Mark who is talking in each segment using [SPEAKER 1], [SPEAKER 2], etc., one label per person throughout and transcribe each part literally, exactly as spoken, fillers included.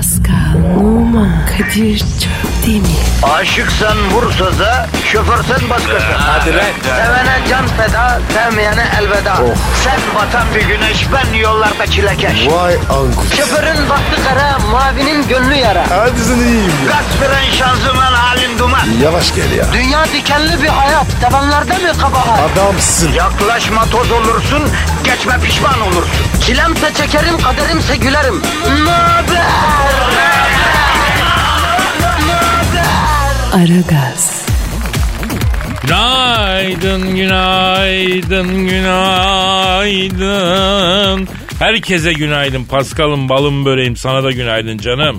[SPEAKER 1] Pascal, Oman, Kadir çok değil mi?
[SPEAKER 2] Aşıksan vursa da, şoförsen başkasın.
[SPEAKER 3] Hadi lan.
[SPEAKER 2] Sevene can feda, sevmeyene elveda.
[SPEAKER 3] Oh.
[SPEAKER 2] Sen batan bir güneş, ben yollarda çilekeş.
[SPEAKER 3] Vay anku.
[SPEAKER 2] Şoförün baktı kara, mavinin gönlü yara.
[SPEAKER 3] Hadi sen iyiyim ya.
[SPEAKER 2] Kasperen şanzıman halin duman.
[SPEAKER 3] Yavaş gel ya.
[SPEAKER 2] Dünya dikenli bir hayat, sevenlerde mi kabahar?
[SPEAKER 3] Adamsın.
[SPEAKER 2] Yaklaşma toz olursun, geçme pişman olursun. Çilemse çekerim, kaderimse gülerim. Möber!
[SPEAKER 1] Aragaz,
[SPEAKER 4] Günaydın, günaydın, günaydın. Herkese günaydın. Paskal'ım, balım, böreğim. Sana da günaydın canım.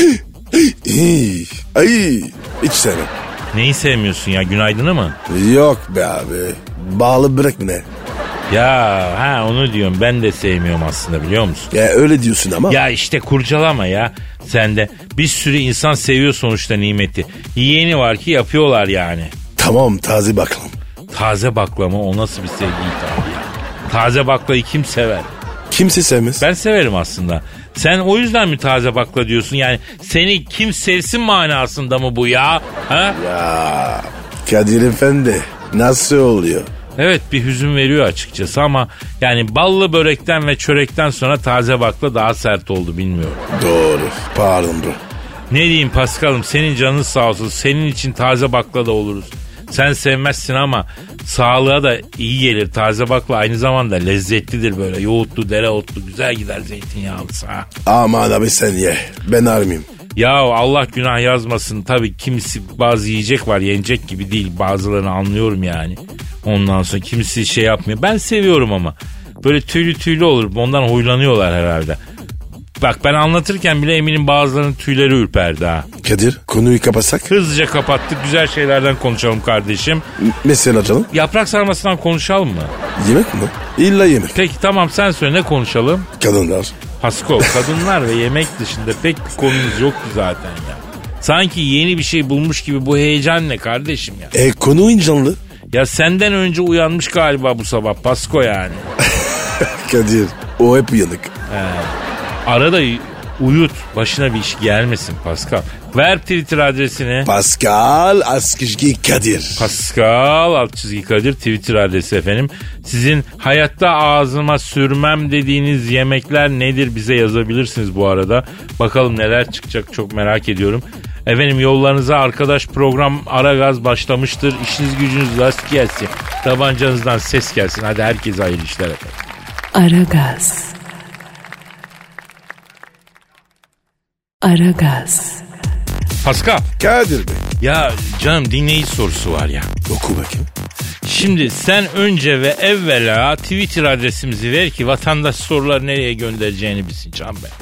[SPEAKER 3] İyi. Ay. Hiç sevmem.
[SPEAKER 4] Neyi sevmiyorsun ya? Günaydını mı?
[SPEAKER 3] Yok be abi. Bağlı bırak mı ne?
[SPEAKER 4] Ya ha onu diyorum. Ben de sevmiyorum aslında, biliyor musun?
[SPEAKER 3] Ya öyle diyorsun ama.
[SPEAKER 4] Ya işte kurcalama ya. Sen de bir sürü insan seviyor sonuçta nimeti. Yiyeni var ki yapıyorlar yani.
[SPEAKER 3] Tamam, taze bakalım.
[SPEAKER 4] Taze baklama, o nasıl bir sevgi hitabı ya? Taze baklayı kim sever?
[SPEAKER 3] Kimse sevmez.
[SPEAKER 4] Ben severim aslında. Sen o yüzden mi taze bakla diyorsun? Yani seni kim sevsin manasında mı bu ya? Ha?
[SPEAKER 3] Ya Kadir Efendi nasıl oluyor?
[SPEAKER 4] Evet, bir hüzün veriyor açıkçası ama yani ballı börekten ve çörekten sonra taze bakla daha sert oldu, bilmiyorum.
[SPEAKER 3] Doğru. Pardon bro.
[SPEAKER 4] Ne diyeyim Paskal'ım, senin canın sağ olsun. Senin için taze bakla da oluruz. Sen sevmezsin ama sağlığa da iyi gelir. Taze bakla aynı zamanda lezzetlidir böyle. Yoğurtlu, dereotlu, güzel gider zeytinyağlısı ha.
[SPEAKER 3] Aman abi sen ye. Ben armayayım.
[SPEAKER 4] Ya Allah günah yazmasın. Tabii kimisi, bazı yiyecek var yenecek gibi değil. Bazılarını anlıyorum yani. Ondan sonra kimisi şey yapmıyor. Ben seviyorum ama. Böyle tüylü tüylü olur. Ondan huylanıyorlar herhalde. Bak ben anlatırken bile eminim bazılarının tüyleri ürperdi ha.
[SPEAKER 3] Kadir, konuyu kapatsak?
[SPEAKER 4] Hızlıca kapattık. Güzel şeylerden konuşalım kardeşim.
[SPEAKER 3] M- mesela canım?
[SPEAKER 4] Yaprak sarmasından konuşalım mı?
[SPEAKER 3] Yemek mi? İlla yemek.
[SPEAKER 4] Peki tamam, sen söyle, ne konuşalım?
[SPEAKER 3] Kadınlar.
[SPEAKER 4] Pasko, kadınlar ve yemek dışında pek bir konumuz yoktu zaten ya. Sanki yeni bir şey bulmuş gibi bu heyecan ne kardeşim ya?
[SPEAKER 3] E konu canlı.
[SPEAKER 4] Ya senden önce uyanmış galiba bu sabah Pasko yani.
[SPEAKER 3] Kadir, o hep uyanık.
[SPEAKER 4] He. Arada uyut, başına bir iş gelmesin Pascal. Ver Twitter adresini.
[SPEAKER 3] Pascal Askışki Kadir.
[SPEAKER 4] Pascal alt çizgi Kadir Twitter adresi efendim. Sizin hayatta ağzıma sürmem dediğiniz yemekler nedir, bize yazabilirsiniz bu arada. Bakalım neler çıkacak, çok merak ediyorum. Efendim yollarınıza arkadaş program Aragaz başlamıştır. İşiniz gücünüz rast gelsin. Tabancanızdan ses gelsin. Hadi herkese hayırlı işler efendim.
[SPEAKER 1] Aragaz. Aragaz.
[SPEAKER 4] Pascal.
[SPEAKER 3] Kadir Bey.
[SPEAKER 4] Ya canım, dinleyici sorusu var ya.
[SPEAKER 3] Oku bakayım.
[SPEAKER 4] Şimdi sen önce ve evvela Twitter adresimizi ver ki vatandaş soruları nereye göndereceğini bilsin Can Bey.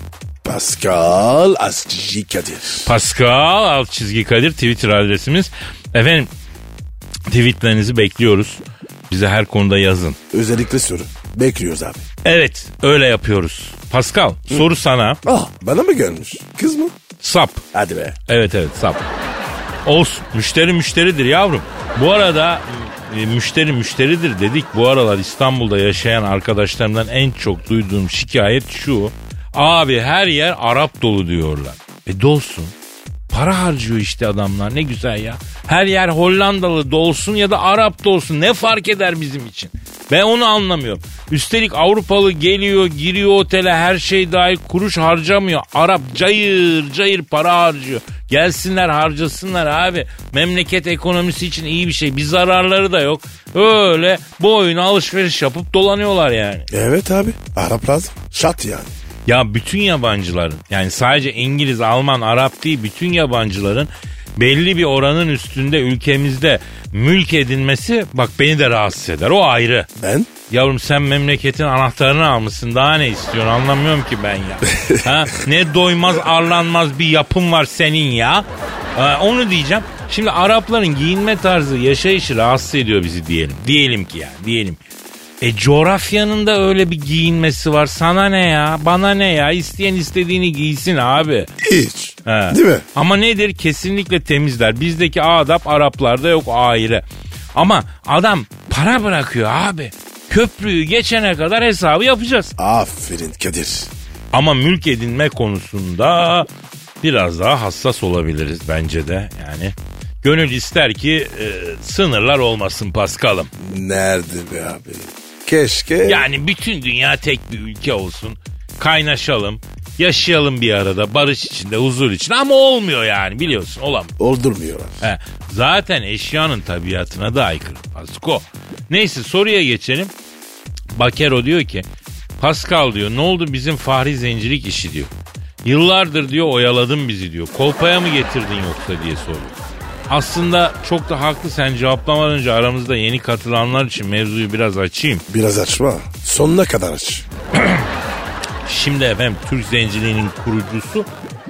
[SPEAKER 3] Pascal Askışki Kadir.
[SPEAKER 4] Pascal alt çizgi Kadir Twitter adresimiz. Efendim tweetlerinizi bekliyoruz. Bize her konuda yazın.
[SPEAKER 3] Özellikle soru. Bekliyoruz abi.
[SPEAKER 4] Evet, öyle yapıyoruz. Pascal, Hı. soru sana.
[SPEAKER 3] Ah, bana mı gelmiş? Kız mı?
[SPEAKER 4] Sap.
[SPEAKER 3] Hadi be.
[SPEAKER 4] Evet evet, sap. Olsun. Müşteri müşteridir yavrum. Bu arada e, müşteri müşteridir dedik. Bu aralar İstanbul'da yaşayan arkadaşlarımdan en çok duyduğum şikayet şu. Abi her yer Arap dolu diyorlar. E dolsun. Para harcıyor işte adamlar, ne güzel ya. Her yer Hollandalı dolsun ya da Arap dolsun, ne fark eder bizim için? Ben onu anlamıyorum. Üstelik Avrupalı geliyor, giriyor otele, her şey dahil, kuruş harcamıyor. Arap cayır cayır para harcıyor. Gelsinler harcasınlar abi. Memleket ekonomisi için iyi bir şey. Bir zararları da yok. Öyle boyuna alışveriş yapıp dolanıyorlar yani.
[SPEAKER 3] Evet abi. Arap lazım. Şart yani.
[SPEAKER 4] Ya bütün yabancıların, yani sadece İngiliz, Alman, Arap değil, bütün yabancıların belli bir oranın üstünde ülkemizde mülk edinmesi bak beni de rahatsız eder. O ayrı.
[SPEAKER 3] Ben?
[SPEAKER 4] Yavrum sen memleketin anahtarını almışsın, daha ne istiyorsun, anlamıyorum ki ben ya. Ha? Ne doymaz arlanmaz bir yapım var senin ya. Ha, onu diyeceğim. Şimdi Arapların giyinme tarzı, yaşayışı rahatsız ediyor bizi diyelim. Diyelim ki ya, diyelim. E coğrafyanın da öyle bir giyinmesi var. Sana ne ya? Bana ne ya? İsteyen istediğini giysin abi.
[SPEAKER 3] Hiç.
[SPEAKER 4] He.
[SPEAKER 3] Değil mi?
[SPEAKER 4] Ama nedir? Kesinlikle temizler. Bizdeki adap Araplarda yok, ayrı. Ama adam para bırakıyor abi. Köprüyü geçene kadar hesabı yapacağız.
[SPEAKER 3] Aferin Kadir.
[SPEAKER 4] Ama mülk edinme konusunda biraz daha hassas olabiliriz bence de. Yani gönül ister ki e, sınırlar olmasın Paskal'ım.
[SPEAKER 3] Nerede be abi? Keşke.
[SPEAKER 4] Yani bütün dünya tek bir ülke olsun. Kaynaşalım. Yaşayalım bir arada, barış içinde, huzur içinde, ama olmuyor yani, biliyorsun, olamıyor.
[SPEAKER 3] Oldurmuyorlar.
[SPEAKER 4] He, zaten eşyanın tabiatına da aykırı Pasko. Neyse, soruya geçelim. Bakero diyor ki, Pascal diyor, ne oldu bizim Fahri Zencilik işi diyor. Yıllardır diyor oyaladın bizi diyor. Kolpaya mı getirdin yoksa diye soruyor. Aslında çok da haklı, sen cevaplamadan önce aramızda yeni katılanlar için mevzuyu biraz açayım.
[SPEAKER 3] Biraz açma. Sonuna kadar aç.
[SPEAKER 4] Şimdi efendim, Türk Zenciliğinin kurucusu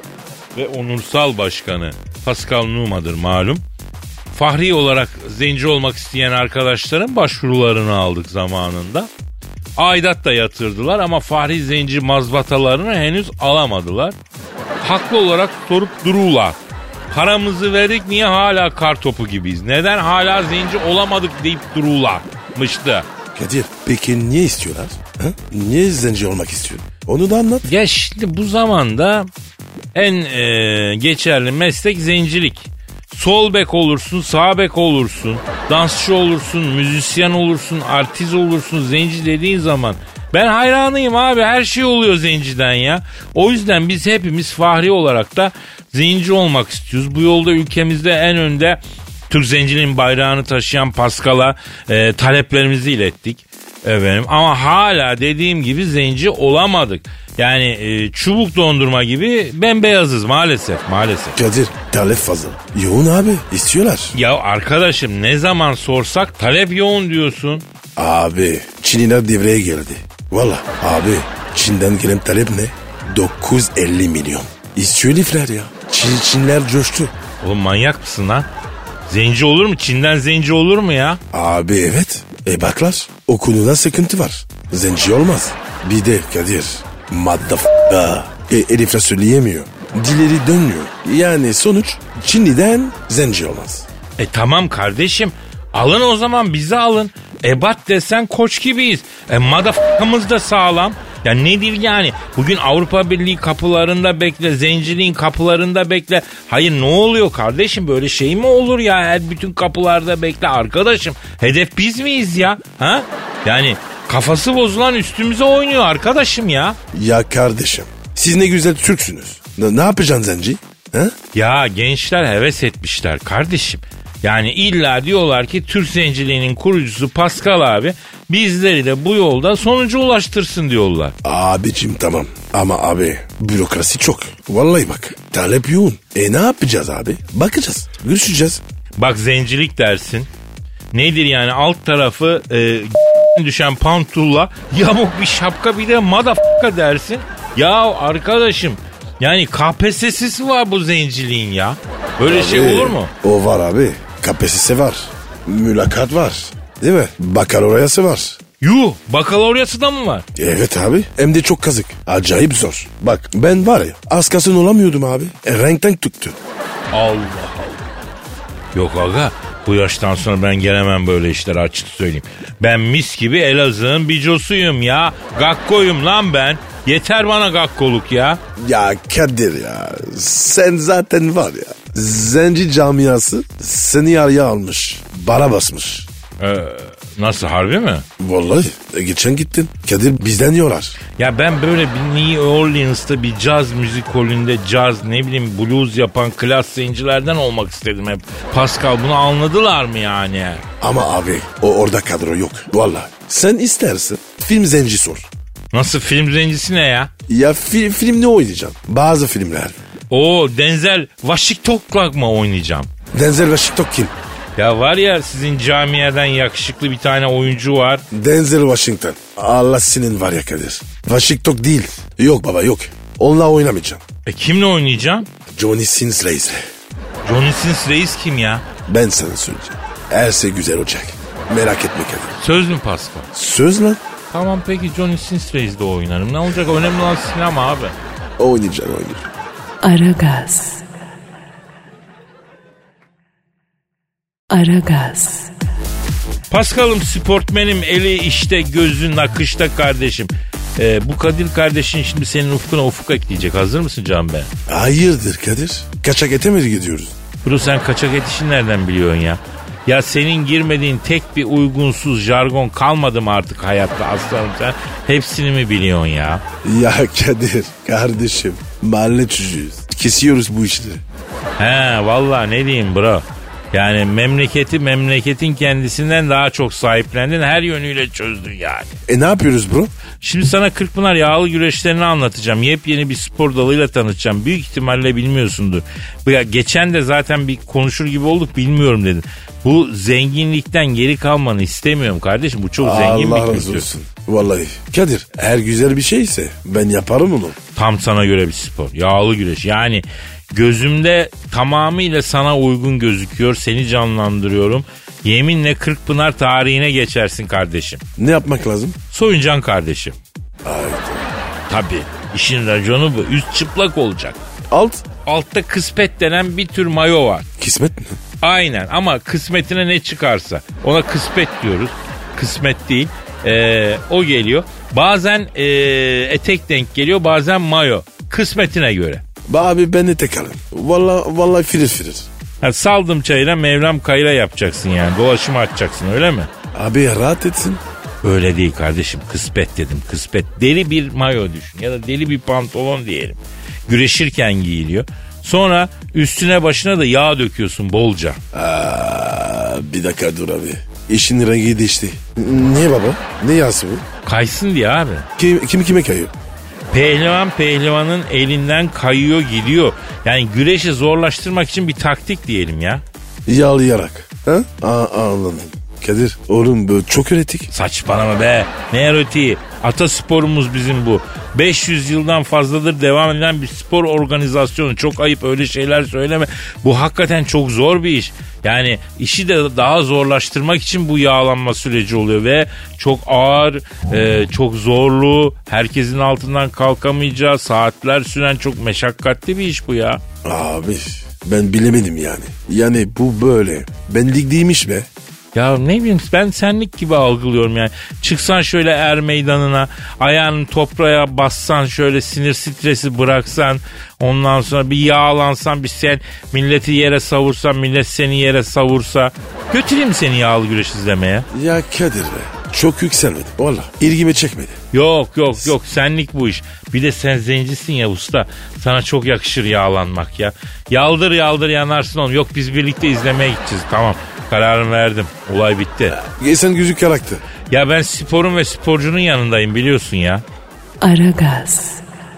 [SPEAKER 4] ve onursal başkanı Pascal Numa'dır malum. Fahri olarak zenci olmak isteyen arkadaşların başvurularını aldık zamanında. Aidat da yatırdılar ama Fahri zenci mazbatalarını henüz alamadılar. Haklı olarak sorup duruyorlar. Paramızı verdik, niye hala kartopu gibiyiz? Neden hala zenci olamadık deyip duruyorlarmıştı.
[SPEAKER 3] Kadir, peki niye istiyorlar? Ha? Niye zenci olmak istiyor? Onu da anlat.
[SPEAKER 4] Ya şimdi bu zamanda en e, geçerli meslek zencilik. Sol bek olursun, sağ bek olursun, dansçı olursun, müzisyen olursun, artist olursun, zenci dediğin zaman. Ben hayranıyım abi, her şey oluyor zenciden ya. O yüzden biz hepimiz Fahri olarak da zenci olmak istiyoruz. Bu yolda ülkemizde en önde Türk zenciliğin bayrağını taşıyan Pascal'a e, taleplerimizi ilettik. Efendim, ama hala dediğim gibi zenci olamadık. Yani e, çubuk dondurma gibi bembeyazız maalesef maalesef.
[SPEAKER 3] Kadir, talep fazla. Yoğun abi, istiyorlar.
[SPEAKER 4] Ya arkadaşım, ne zaman sorsak talep yoğun diyorsun.
[SPEAKER 3] Abi, Çinliler devreye geldi. Valla abi, Çin'den gelen talep ne? dokuz yüz elli milyon. İstiyor herifler ya. Çin, Çinler coştu.
[SPEAKER 4] Oğlum manyak mısın lan? Zenci olur mu? Çin'den zenci olur mu ya?
[SPEAKER 3] Abi evet. E baklar, o konuda sıkıntı var. Zenci olmaz. Bir de Kadir, motherfucker. E, herifler söyleyemiyor. Dilleri dönmüyor. Yani sonuç, Çinli'den zenci olmaz.
[SPEAKER 4] E tamam kardeşim. Alın o zaman, bizi alın. Ebat desen koç gibiyiz. E motherfucker'ımız da sağlam. Ya nedir yani? Bugün Avrupa Birliği kapılarında bekle, zenciliğin kapılarında bekle. Hayır, ne oluyor kardeşim? Böyle şey mi olur ya? Her bütün kapılarda bekle arkadaşım. Hedef biz miyiz ya? Ha? Yani kafası bozulan üstümüze oynuyor arkadaşım ya.
[SPEAKER 3] Ya kardeşim, siz ne güzel Türksünüz. Ne, ne yapacaksın zenci? Ha?
[SPEAKER 4] Ya gençler heves etmişler kardeşim. Yani illa diyorlar ki Türk zenciliğinin kurucusu Pascal abi bizleri de bu yolda sonuca ulaştırsın diyorlar.
[SPEAKER 3] Abicim tamam ama abi bürokrasi çok. Vallahi bak, talep yoğun. E ne yapacağız abi? Bakacağız, görüşeceğiz.
[SPEAKER 4] Bak, zencilik dersin. Nedir yani, alt tarafı e, düşen pantulla yamuk bir şapka, bir de motherfucker dersin. Ya arkadaşım, yani K P S S'si var bu zenciliğin ya. Böyle
[SPEAKER 3] abi,
[SPEAKER 4] şey olur mu?
[SPEAKER 3] O var abi. K P S S var. Mülakat var. Değil mi? Bakaloriyası var.
[SPEAKER 4] Yuh, bakaloriyası da mı var?
[SPEAKER 3] Evet abi. Hem de çok kazık. Acayip zor. Bak ben var ya, az kalsın olamıyordum abi. E, renkten tuttu.
[SPEAKER 4] Allah Allah. Yok aga, bu yaştan sonra ben gelemem böyle işlere, açık söyleyeyim. Ben mis gibi Elazığ'ın bicosuyum ya. Gakkoyum lan ben. Yeter bana gakkoluk ya.
[SPEAKER 3] Ya Kadir ya, sen zaten var ya, zenci camiası seni araya almış. Bara basmış.
[SPEAKER 4] Ee, nasıl, harbi mi?
[SPEAKER 3] Vallahi e, geçen gittin. Kadir bizden yiyorlar.
[SPEAKER 4] Ya ben böyle bir New Orleans'ta bir caz müzikolünde caz, ne bileyim blues yapan klas zencilerden olmak istedim hep. Pascal, bunu anladılar mı yani?
[SPEAKER 3] Ama abi o orada kadro yok. Vallahi sen istersin film zenci sor.
[SPEAKER 4] Nasıl, film zencisi ne ya?
[SPEAKER 3] Ya fi- film ne oynayacaksın? Bazı filmler.
[SPEAKER 4] Oo, Denzel Washington'la mı oynayacağım?
[SPEAKER 3] Denzel Washington kim?
[SPEAKER 4] Ya var ya, sizin camiadan yakışıklı bir tane oyuncu var.
[SPEAKER 3] Denzel Washington. Allah senin var ya Kadir. Washington değil. Yok baba yok. Onunla oynamayacağım.
[SPEAKER 4] E kimle oynayacağım?
[SPEAKER 3] Johnny Sins Reis.
[SPEAKER 4] Johnny Sins Reis kim ya?
[SPEAKER 3] Ben sana söyleyeceğim. Her şey güzel olacak. Merak etme Kadir.
[SPEAKER 4] Söz mü Pascal?
[SPEAKER 3] Söz lan.
[SPEAKER 4] Tamam peki, Johnny Sins Reis'de oynarım. Ne olacak, önemli olan sinema abi.
[SPEAKER 3] Oynayacaksın oynayacaksın.
[SPEAKER 1] Aragaz. Aragaz.
[SPEAKER 4] Pascal'ım, sportmenim, eli işte gözü nakışta kardeşim. Ee, bu Kadir kardeşin şimdi senin ufkuna ufuk ekleyecek. Hazır mısın Can Bey?
[SPEAKER 3] Hayırdır Kadir? Kaçak ete mi gidiyoruz?
[SPEAKER 4] Bro sen kaçak et işini nereden biliyorsun ya? Ya senin girmediğin tek bir uygunsuz jargon kalmadı mı artık hayatta aslanım sen? Hepsini mi biliyorsun ya?
[SPEAKER 3] Ya Kadir kardeşim mahalle çocuğuyuz. Kesiyoruz bu işleri.
[SPEAKER 4] He vallahi ne diyeyim bro. Yani memleketi memleketin kendisinden daha çok sahiplendin. Her yönüyle çözdün yani.
[SPEAKER 3] E ne yapıyoruz bro?
[SPEAKER 4] Şimdi sana Kırkpınar yağlı güreşlerini anlatacağım. Yepyeni bir spor dalıyla tanıtacağım. Büyük ihtimalle bilmiyorsundur. Ya geçen de zaten bir konuşur gibi olduk bilmiyorum dedin. Bu zenginlikten geri kalmanı istemiyorum kardeşim. Bu çok zengin
[SPEAKER 3] Allah
[SPEAKER 4] bir
[SPEAKER 3] razı
[SPEAKER 4] kültür.
[SPEAKER 3] olsun. Vallahi Kadir eğer güzel bir şeyse ben yaparım onu.
[SPEAKER 4] Tam sana göre bir spor. Yağlı güreş. Yani gözümde tamamıyla sana uygun gözüküyor. Seni canlandırıyorum. Yeminle Kırkpınar tarihine geçersin kardeşim.
[SPEAKER 3] Ne yapmak lazım?
[SPEAKER 4] Soyuncan kardeşim.
[SPEAKER 3] Haydi.
[SPEAKER 4] Tabii. İşin raconu bu. Üst çıplak olacak.
[SPEAKER 3] Alt.
[SPEAKER 4] Altta kıspet denen bir tür mayo var.
[SPEAKER 3] Kismet mi?
[SPEAKER 4] Aynen ama kısmetine ne çıkarsa. Ona kısmet diyoruz. Kısmet değil. Ee, o geliyor. Bazen ee, etek denk geliyor, bazen mayo. Kısmetine göre.
[SPEAKER 3] Abi ben de tekarım. Vallahi vallahi firir firir.
[SPEAKER 4] Ha, saldım çayıra Mevlam kayıra yapacaksın yani. Dolaşımı açacaksın öyle mi?
[SPEAKER 3] Abi rahat etsin.
[SPEAKER 4] Öyle değil kardeşim. Kısmet dedim kısmet. Deri bir mayo düşün ya da deri bir pantolon diyelim. Güreşirken giyiliyor. Sonra üstüne başına da yağ döküyorsun bolca.
[SPEAKER 3] Aa, bir dakika dur abi. İşin rengi değişti. Niye baba? Ne yağsı bu?
[SPEAKER 4] Kaysın diye abi.
[SPEAKER 3] Kim, kimi kime kayıyor?
[SPEAKER 4] Pehlivan pehlivanın elinden kayıyor gidiyor. Yani güreşi zorlaştırmak için bir taktik diyelim ya.
[SPEAKER 3] Yağlayarak. Ha? Aa, anladım. Kadir oğlum bu çok erotik.
[SPEAKER 4] Saçmalama be. Ne erotiği? Atasporumuz bizim bu. beş yüz yıldan fazladır devam eden bir spor organizasyonu. Çok ayıp öyle şeyler söyleme. Bu hakikaten çok zor bir iş. Yani işi de daha zorlaştırmak için bu yağlanma süreci oluyor ve çok ağır, e, çok zorlu, herkesin altından kalkamayacağı, saatler süren çok meşakkatli bir iş bu ya.
[SPEAKER 3] Abi ben bilemedim yani. Yani bu böyle. Benlik değilmiş be.
[SPEAKER 4] Ya ne bileyim ben senlik gibi algılıyorum yani. Çıksan şöyle er meydanına, ayağını toprağa bassan, şöyle sinir stresi bıraksan, ondan sonra bir yağlansan, bir sen milleti yere savursan, millet seni yere savursa, götüreyim seni yağlı güreş izlemeye.
[SPEAKER 3] Ya Kadir be çok yükselmedi valla, ilgimi çekmedi.
[SPEAKER 4] Yok yok yok senlik bu iş. Bir de sen zencisin ya usta, sana çok yakışır yağlanmak ya. Yaldır yaldır yanarsın oğlum. Yok biz birlikte izlemeye gideceğiz, tamam. Kararımı verdim. Olay bitti.
[SPEAKER 3] E sen gözük yaraktı.
[SPEAKER 4] Ya ben sporun ve sporcunun yanındayım biliyorsun ya.
[SPEAKER 1] Aragaz.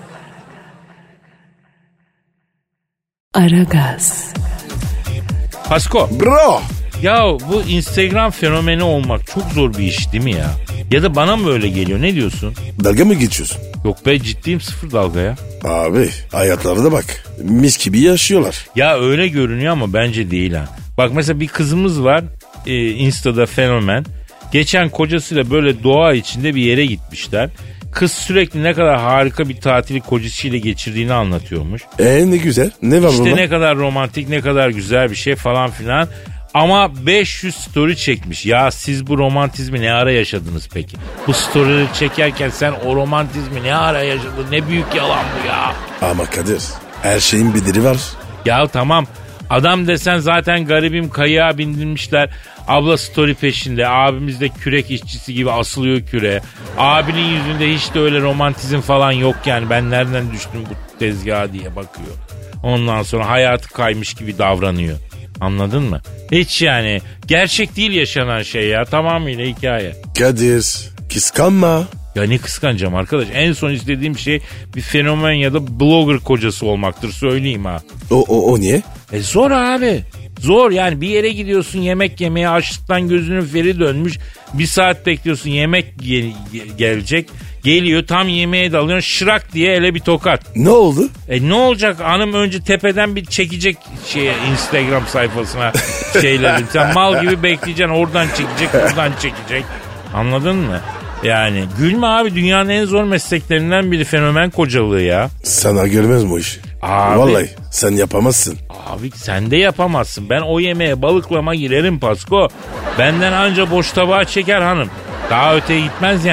[SPEAKER 1] Aragaz.
[SPEAKER 4] Pasko.
[SPEAKER 3] Bro.
[SPEAKER 4] Ya bu Instagram fenomeni olmak çok zor bir iş değil mi ya? Ya da bana mı öyle geliyor, ne diyorsun?
[SPEAKER 3] Dalga mı geçiyorsun?
[SPEAKER 4] Yok be, ciddiyim, sıfır dalga ya.
[SPEAKER 3] Abi hayatlarına bak. Mis gibi yaşıyorlar.
[SPEAKER 4] Ya öyle görünüyor ama bence değil ha. Bak mesela bir kızımız var e, Insta'da fenomen. Geçen kocasıyla böyle doğa içinde bir yere gitmişler. Kız sürekli ne kadar harika bir tatili kocasıyla geçirdiğini anlatıyormuş.
[SPEAKER 3] E ne güzel. Ne var
[SPEAKER 4] İşte
[SPEAKER 3] burada?
[SPEAKER 4] ne kadar romantik, ne kadar güzel bir şey falan filan. Ama beş yüz story çekmiş. Ya siz bu romantizmi ne ara yaşadınız peki? Bu storyleri çekerken sen o romantizmi ne ara yaşadın? Ne büyük yalan bu ya.
[SPEAKER 3] Ama Kadir her şeyin bedeli var.
[SPEAKER 4] Ya tamam. Adam desen zaten garibim kayığa bindirmişler. Abla story peşinde. Abimiz de kürek işçisi gibi asılıyor küreğe. Abinin yüzünde hiç de öyle romantizm falan yok yani. Ben nereden düştüm bu tezgaha diye bakıyor. Ondan sonra hayatı kaymış gibi davranıyor. Anladın mı? Hiç yani. Gerçek değil yaşanan şey ya. Tamamıyla hikaye.
[SPEAKER 3] Kadir kıskanma.
[SPEAKER 4] Ya ne kıskanacağım arkadaş? En son istediğim şey bir fenomen ya da blogger kocası olmaktır. Söyleyeyim ha.
[SPEAKER 3] O, o, o niye?
[SPEAKER 4] E zor abi. Zor yani, bir yere gidiyorsun yemek yemeye, açlıktan gözünün feri dönmüş. Bir saat bekliyorsun, yemek ge- ge- gelecek. Geliyor, tam yemeğe dalıyorsun, şırak diye ele bir tokat.
[SPEAKER 3] Ne oldu?
[SPEAKER 4] E ne olacak, hanım önce tepeden bir çekecek şeye, Instagram sayfasına şeyleri. Sen mal gibi bekleyeceksin, oradan çekecek, buradan çekecek. Anladın mı? Yani gülme abi, dünyanın en zor mesleklerinden biri fenomen kocalığı ya.
[SPEAKER 3] Sana görmez mi o iş?
[SPEAKER 4] Abi,
[SPEAKER 3] vallahi sen yapamazsın.
[SPEAKER 4] Abi sen de yapamazsın. Ben o yemeğe balıklama girerim Pasko. Benden anca boş tabağa çeker hanım. Daha öteye gitmez yani.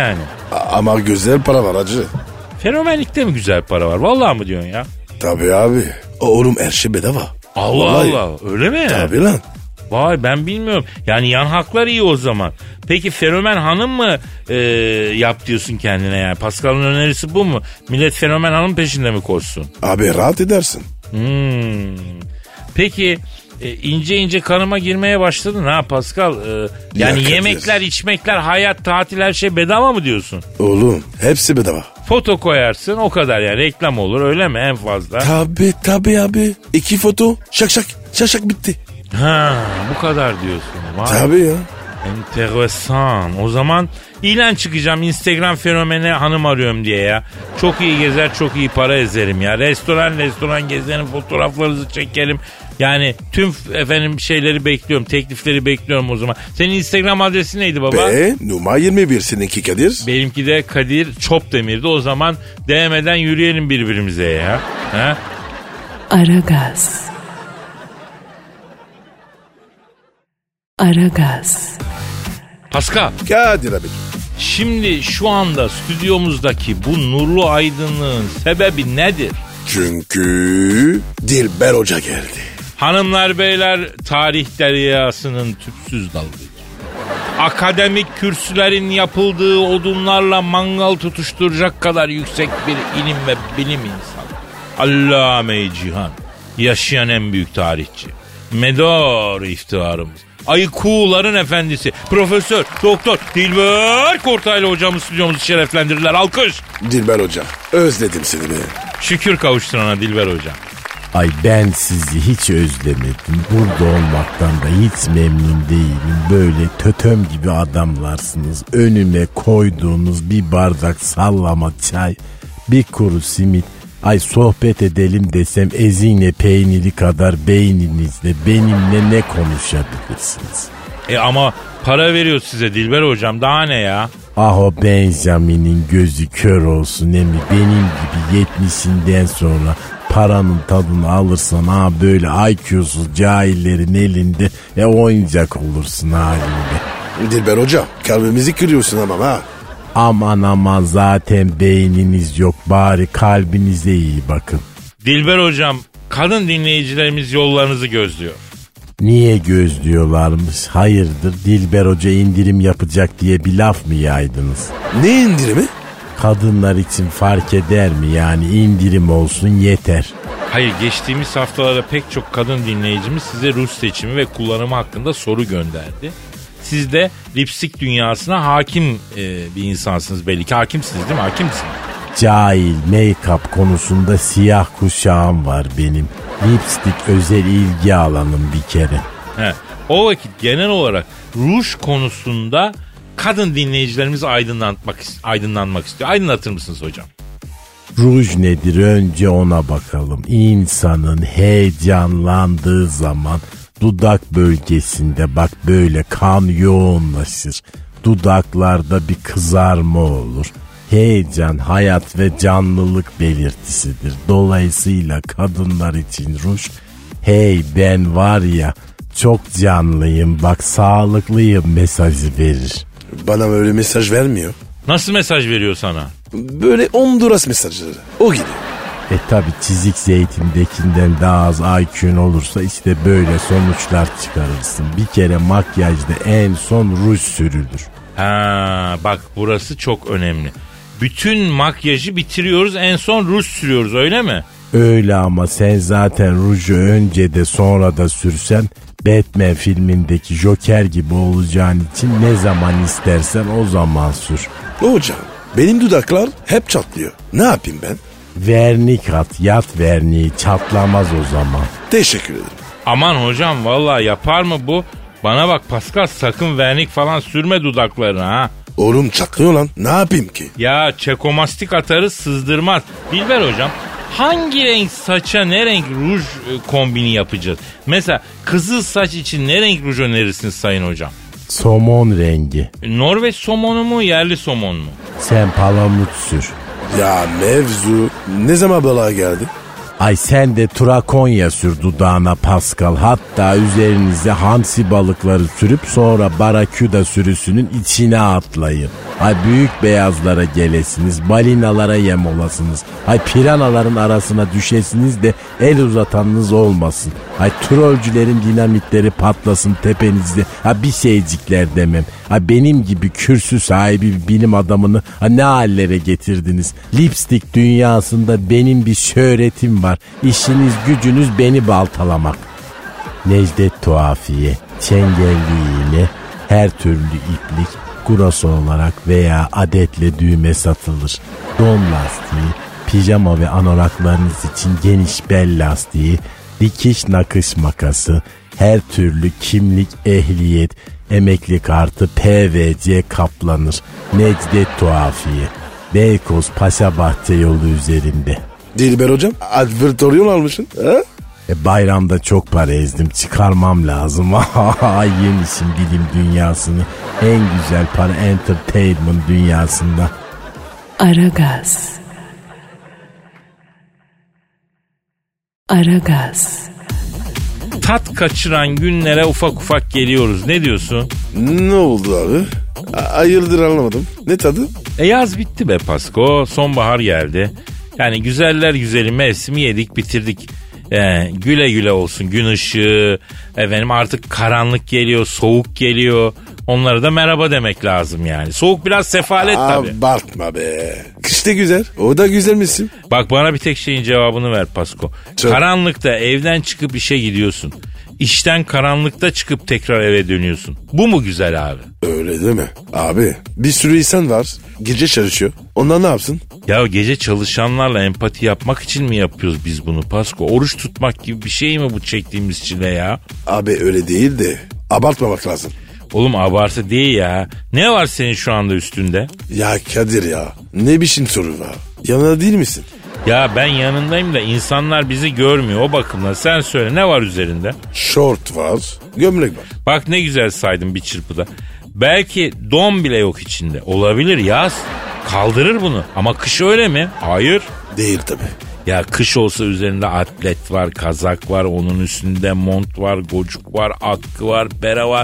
[SPEAKER 3] A- ama güzel para var hacı.
[SPEAKER 4] Fenomenlikte mi güzel para var? Vallahi mı diyorsun ya?
[SPEAKER 3] Tabii abi. Oğlum her şey bedava.
[SPEAKER 4] Allah
[SPEAKER 3] Vallahi.
[SPEAKER 4] Allah, öyle mi?
[SPEAKER 3] Tabii lan.
[SPEAKER 4] Vay, ben bilmiyorum. Yani yan haklar iyi o zaman. Peki fenomen hanım mı e, yap diyorsun kendine yani? Pascal'ın önerisi bu mu? Millet fenomen hanım peşinde mi koşsun?
[SPEAKER 3] Abi rahat edersin.
[SPEAKER 4] Hmm. Peki e, ince ince kanıma girmeye başladın ha Pascal. E, yani
[SPEAKER 3] Ya
[SPEAKER 4] yemekler,
[SPEAKER 3] Kadir.
[SPEAKER 4] içmekler, hayat, tatil, her şey bedava mı diyorsun?
[SPEAKER 3] Oğlum hepsi bedava.
[SPEAKER 4] Foto koyarsın o kadar yani, reklam olur öyle mi en fazla?
[SPEAKER 3] Tabii tabii abi. İki foto şak şak şak şak bitti.
[SPEAKER 4] Ha, bu kadar diyorsun. Vay.
[SPEAKER 3] Tabii ya.
[SPEAKER 4] Enteresan. O zaman ilan çıkacağım Instagram fenomeni hanım arıyorum diye ya. Çok iyi gezer, çok iyi para ezerim ya. Restoran restoran gezerim, fotoğraflarınızı çekelim. Yani tüm efendim şeyleri bekliyorum, teklifleri bekliyorum o zaman. Senin Instagram adresi neydi baba?
[SPEAKER 3] Be numara yirmi bir seninki Kadir.
[SPEAKER 4] Benimki de Kadir Çopdemir'di. O zaman değmeden yürüyelim birbirimize ya. Ha?
[SPEAKER 1] Aragaz. Aragaz.
[SPEAKER 4] Pascal,
[SPEAKER 3] Kadir abi.
[SPEAKER 4] şimdi şu anda stüdyomuzdaki bu nurlu aydınlığın sebebi nedir?
[SPEAKER 3] Çünkü Dilber Hoca geldi.
[SPEAKER 4] Hanımlar beyler, tarih deryasının tüpsüz dalgıcı. Akademik kürsülerin yapıldığı odunlarla mangal tutuşturacak kadar yüksek bir ilim ve bilim insanı. Allame-i Cihan, yaşayan en büyük tarihçi. Medar iftiharımız. Aykuğuların efendisi. Profesör, Doktor Dilber Kortaylı hocamız stüdyomuzu şereflendirdiler. Alkış.
[SPEAKER 3] Dilber Hoca özledim seni be.
[SPEAKER 4] Şükür kavuşturana Dilber hocam.
[SPEAKER 5] Ay ben sizi hiç özlemedim. Burada olmaktan da hiç memnun değilim. Böyle tötöm gibi adamlarsınız. Önüme koyduğunuz bir bardak sallama çay, bir kuru simit. Ay sohbet edelim desem ezine peyniri kadar beyninizle benimle ne konuşabilirsiniz?
[SPEAKER 4] E ama para veriyor size Dilber hocam, daha ne ya?
[SPEAKER 5] Ah o Benjamin'in gözü kör olsun emi, benim gibi yetmişinden sonra paranın tadını alırsan ha böyle I Q'suz cahillerin elinde e oyuncak olursun halinde.
[SPEAKER 3] Dilber Hoca kalbimizi kırıyorsun ama ha.
[SPEAKER 5] Aman aman zaten beyniniz yok, bari kalbinize iyi bakın.
[SPEAKER 4] Dilber hocam, kadın dinleyicilerimiz yollarınızı gözlüyor.
[SPEAKER 5] Niye gözlüyorlarmış? Hayırdır, Dilber Hoca indirim yapacak diye bir laf mı yaydınız?
[SPEAKER 3] Ne indirimi?
[SPEAKER 5] Kadınlar için fark eder mi yani, indirim olsun yeter.
[SPEAKER 4] Hayır, geçtiğimiz haftalarda pek çok kadın dinleyicimiz size ruj seçimi ve kullanımı hakkında soru gönderdi. Siz de lipstik dünyasına hakim e, bir insansınız belli ki. Hakimsiniz değil mi? Hakim misiniz?
[SPEAKER 5] Cahil, make-up konusunda siyah kuşağım var benim. Lipstik özel ilgi alanım bir kere.
[SPEAKER 4] He. O vakit genel olarak ruj konusunda kadın dinleyicilerimizi aydınlatmak, aydınlanmak istiyor. Aydınlatır mısınız hocam?
[SPEAKER 5] Ruj nedir önce ona bakalım. İnsanın heyecanlandığı zaman dudak bölgesinde bak böyle kan yoğunlaşır. Dudaklarda bir kızarma olur. Heyecan, hayat ve canlılık belirtisidir. Dolayısıyla kadınlar için ruj, hey ben var ya çok canlıyım bak sağlıklıyım mesajı verir.
[SPEAKER 3] Bana öyle mesaj vermiyor.
[SPEAKER 4] Nasıl mesaj veriyor sana?
[SPEAKER 3] Böyle Honduras mesajları. O gibi.
[SPEAKER 5] E tabi çizik zeytindekinden daha az I Q'un olursa işte böyle sonuçlar çıkarırsın. Bir kere makyajda en son ruj sürülür.
[SPEAKER 4] Ha, bak burası çok önemli. Bütün makyajı bitiriyoruz, en son ruj sürüyoruz, öyle mi?
[SPEAKER 5] Öyle ama sen zaten ruju önce de sonra da sürsen Batman filmindeki Joker gibi olacağın için ne zaman istersen o zaman sür.
[SPEAKER 3] Hocam benim dudaklar hep çatlıyor. Ne yapayım ben?
[SPEAKER 5] Vernik at, yat verniği çatlamaz o zaman.
[SPEAKER 3] Teşekkür ederim.
[SPEAKER 4] Aman hocam, vallahi yapar mı bu? Bana bak Pascal, sakın vernik falan sürme dudaklarına ha.
[SPEAKER 3] Oğlum çatlıyor lan. Ne yapayım ki?
[SPEAKER 4] Ya çekomastik atarız, sızdırmaz. Dilber hocam, hangi renk saça ne renk ruj kombini yapacağız? Mesela kızıl saç için ne renk ruj önerirsiniz sayın hocam?
[SPEAKER 5] Somon rengi.
[SPEAKER 4] Norveç somonu mu, yerli somon mu?
[SPEAKER 5] Sen palamut sür.
[SPEAKER 3] Ya mevzu ne zaman balığa geldi?
[SPEAKER 5] Ay sen de Trakonya sür dudağına Pascal. Hatta üzerinize hamsi balıkları sürüp sonra baraküda sürüsünün içine atlayın. Ay büyük beyazlara gelesiniz, balinalara yem olasınız. Ay piranaların arasına düşesiniz de el uzatanınız olmasın. Ay trollcülerin dinamitleri patlasın tepenizde. Ha bir şeycikler demem. Ha benim gibi kürsü sahibi bir bilim adamını ha ne hallere getirdiniz. Lipstick dünyasında benim bir şöhretim var. İşiniz gücünüz beni baltalamak. Necdet Tuhafiye, çengelliğiyle her türlü iplik kurası olarak veya adetle düğme satılır. Don lastiği, pijama ve anoraklarınız için geniş bel lastiği, dikiş nakış makası, her türlü kimlik, ehliyet, emekli kartı P V C kaplanır. Necdet Tuhafiye, Beykoz Paşabahçe yolu üzerinde.
[SPEAKER 3] Dilber hocam, advertoryon almışsın. Ha?
[SPEAKER 5] E bayramda çok para ezdim, çıkarmam lazım. Yemişim bilim dünyasını, en güzel para entertainment dünyasında.
[SPEAKER 1] Aragaz. Aragaz.
[SPEAKER 4] Tat kaçıran günlere ufak ufak geliyoruz. Ne diyorsun?
[SPEAKER 3] Ne oldu abi? A- hayırdır anlamadım. Ne tadı?
[SPEAKER 4] E yaz bitti be Pasko. Sonbahar geldi. Yani güzeller güzeli mevsimi yedik bitirdik. Ee, güle güle olsun gün ışığı. Efendim artık karanlık geliyor, soğuk geliyor. Onlara da merhaba demek lazım yani. Soğuk biraz sefalet tabii.
[SPEAKER 3] Abartma be. Kış da güzel. O da güzel misin?
[SPEAKER 4] Bak bana bir tek şeyin cevabını ver Pasko.
[SPEAKER 3] Çok.
[SPEAKER 4] Karanlıkta evden çıkıp işe gidiyorsun. İşten karanlıkta çıkıp tekrar eve dönüyorsun. Bu mu güzel abi?
[SPEAKER 3] Öyle değil mi? Abi bir sürü insan var. Gece çalışıyor. Onlar ne yapsın?
[SPEAKER 4] Ya gece çalışanlarla empati yapmak için mi yapıyoruz biz bunu Pasko? Oruç tutmak gibi bir şey mi bu çektiğimiz çile ya?
[SPEAKER 3] Abi öyle değil de abartmamak lazım.
[SPEAKER 4] Oğlum abartı değil ya. Ne var senin şu anda üstünde?
[SPEAKER 3] Ya Kadir ya. Ne biçim soru var? Yanına değil misin?
[SPEAKER 4] Ya ben yanındayım da insanlar bizi görmüyor o bakımdan. Sen söyle ne var üzerinde?
[SPEAKER 3] Şort var. Gömlek var.
[SPEAKER 4] Bak ne güzel saydım bir çırpıda. Belki don bile yok içinde. Olabilir yaz. Kaldırır bunu. Ama kış öyle mi? Hayır.
[SPEAKER 3] Değil tabii.
[SPEAKER 4] Ya kış olsa üzerinde atlet var, kazak var, onun üstünde mont var, gocuk var, atkı var, bere var.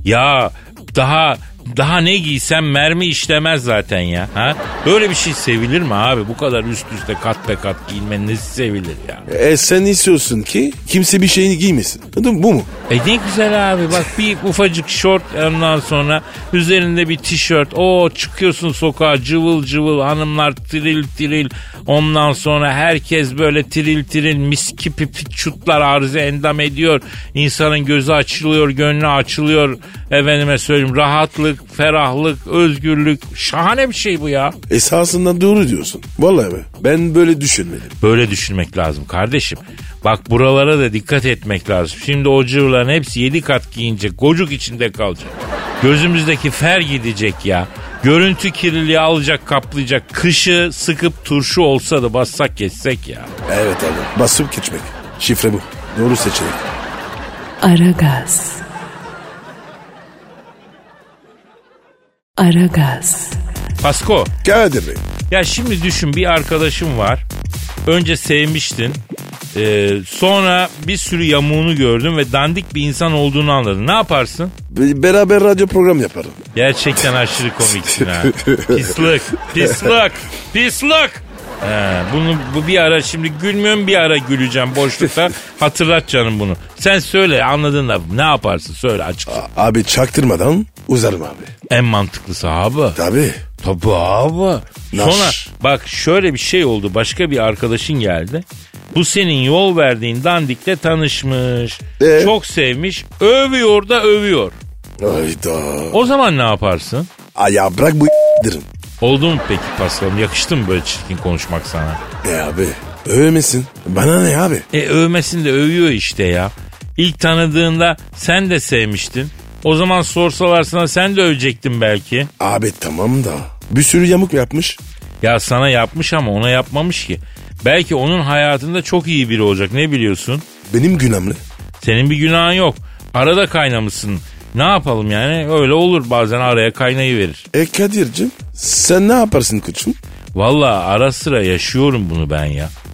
[SPEAKER 4] Ya daha daha ne giysem mermi işlemez zaten ya. Ha? Böyle bir şey sevilir mi abi? Bu kadar üst üste kat be kat giyilmenin nesi sevilir ya?
[SPEAKER 3] E sen istiyorsun ki kimse bir şeyini giymesin. Değil mi? Bu mu?
[SPEAKER 4] E ne güzel abi bak bir ufacık şort ondan sonra üzerinde bir tişört. Oo çıkıyorsun sokağa cıvıl cıvıl hanımlar tiril tiril. Ondan sonra herkes böyle tiril tiril mis gibi şutlar arıza endam ediyor. İnsanın gözü açılıyor, gönlü açılıyor. Efendime söyleyeyim rahatlık, ferahlık, özgürlük. Şahane bir şey bu ya.
[SPEAKER 3] Esasından doğru diyorsun. Vallahi be, ben böyle düşünmedim.
[SPEAKER 4] Böyle düşünmek lazım kardeşim. Bak buralara da dikkat etmek lazım. Şimdi o cıvıların hepsi yedi kat giyinecek. Gocuk içinde kalacak. Gözümüzdeki fer gidecek ya. Görüntü kirliliği alacak kaplayacak. Kışı sıkıp turşu olsa da bassak geçsek ya.
[SPEAKER 3] Evet abi, basıp geçmek. Şifre bu. Doğru seçenek.
[SPEAKER 1] Aragaz. Aragaz.
[SPEAKER 4] Pasko.
[SPEAKER 3] Kadir Bey.
[SPEAKER 4] Ya şimdi düşün bir arkadaşım var. Önce sevmiştin. Ee, sonra bir sürü yamuğunu gördün ve dandik bir insan olduğunu anladın. Ne yaparsın?
[SPEAKER 3] Be- beraber radyo program yaparım.
[SPEAKER 4] Gerçekten aşırı komiksin ha. Pislik, pislik, pislik. He, bunu bu bir ara şimdi gülmüyorum bir ara güleceğim boşlukta. Hatırlat canım bunu. Sen söyle anladın da ne yaparsın söyle açık.
[SPEAKER 3] A- abi çaktırmadan uzarım abi.
[SPEAKER 4] En mantıklısı abi.
[SPEAKER 3] Tabii.
[SPEAKER 4] Tabii abi.
[SPEAKER 3] Naş.
[SPEAKER 4] Sonra bak şöyle bir şey oldu. Başka bir arkadaşın geldi. Bu senin yol verdiğin dandikle tanışmış.
[SPEAKER 3] Ee?
[SPEAKER 4] Çok sevmiş. Övüyor da övüyor.
[SPEAKER 3] Hayda.
[SPEAKER 4] O zaman ne yaparsın?
[SPEAKER 3] Ay ya bırak bu derim.
[SPEAKER 4] Oldu mu peki Paskal'ım? Yakıştı mı böyle çirkin konuşmak sana?
[SPEAKER 3] E abi övmesin. Bana ne abi?
[SPEAKER 4] E övmesin de övüyor işte ya. İlk tanıdığında sen de sevmiştin. O zaman sorsalar sana sen de övecektin belki.
[SPEAKER 3] Abi tamam da bir sürü yamuk yapmış.
[SPEAKER 4] Ya sana yapmış ama ona yapmamış ki. Belki onun hayatında çok iyi biri olacak ne biliyorsun?
[SPEAKER 3] Benim günahım ne?
[SPEAKER 4] Senin bir günahın yok. Arada kaynamışsın. Ne yapalım yani öyle olur bazen araya kaynayıverir.
[SPEAKER 3] E Kadir'cim sen ne yaparsın koçum?
[SPEAKER 4] Vallahi ara sıra yaşıyorum bunu ben ya.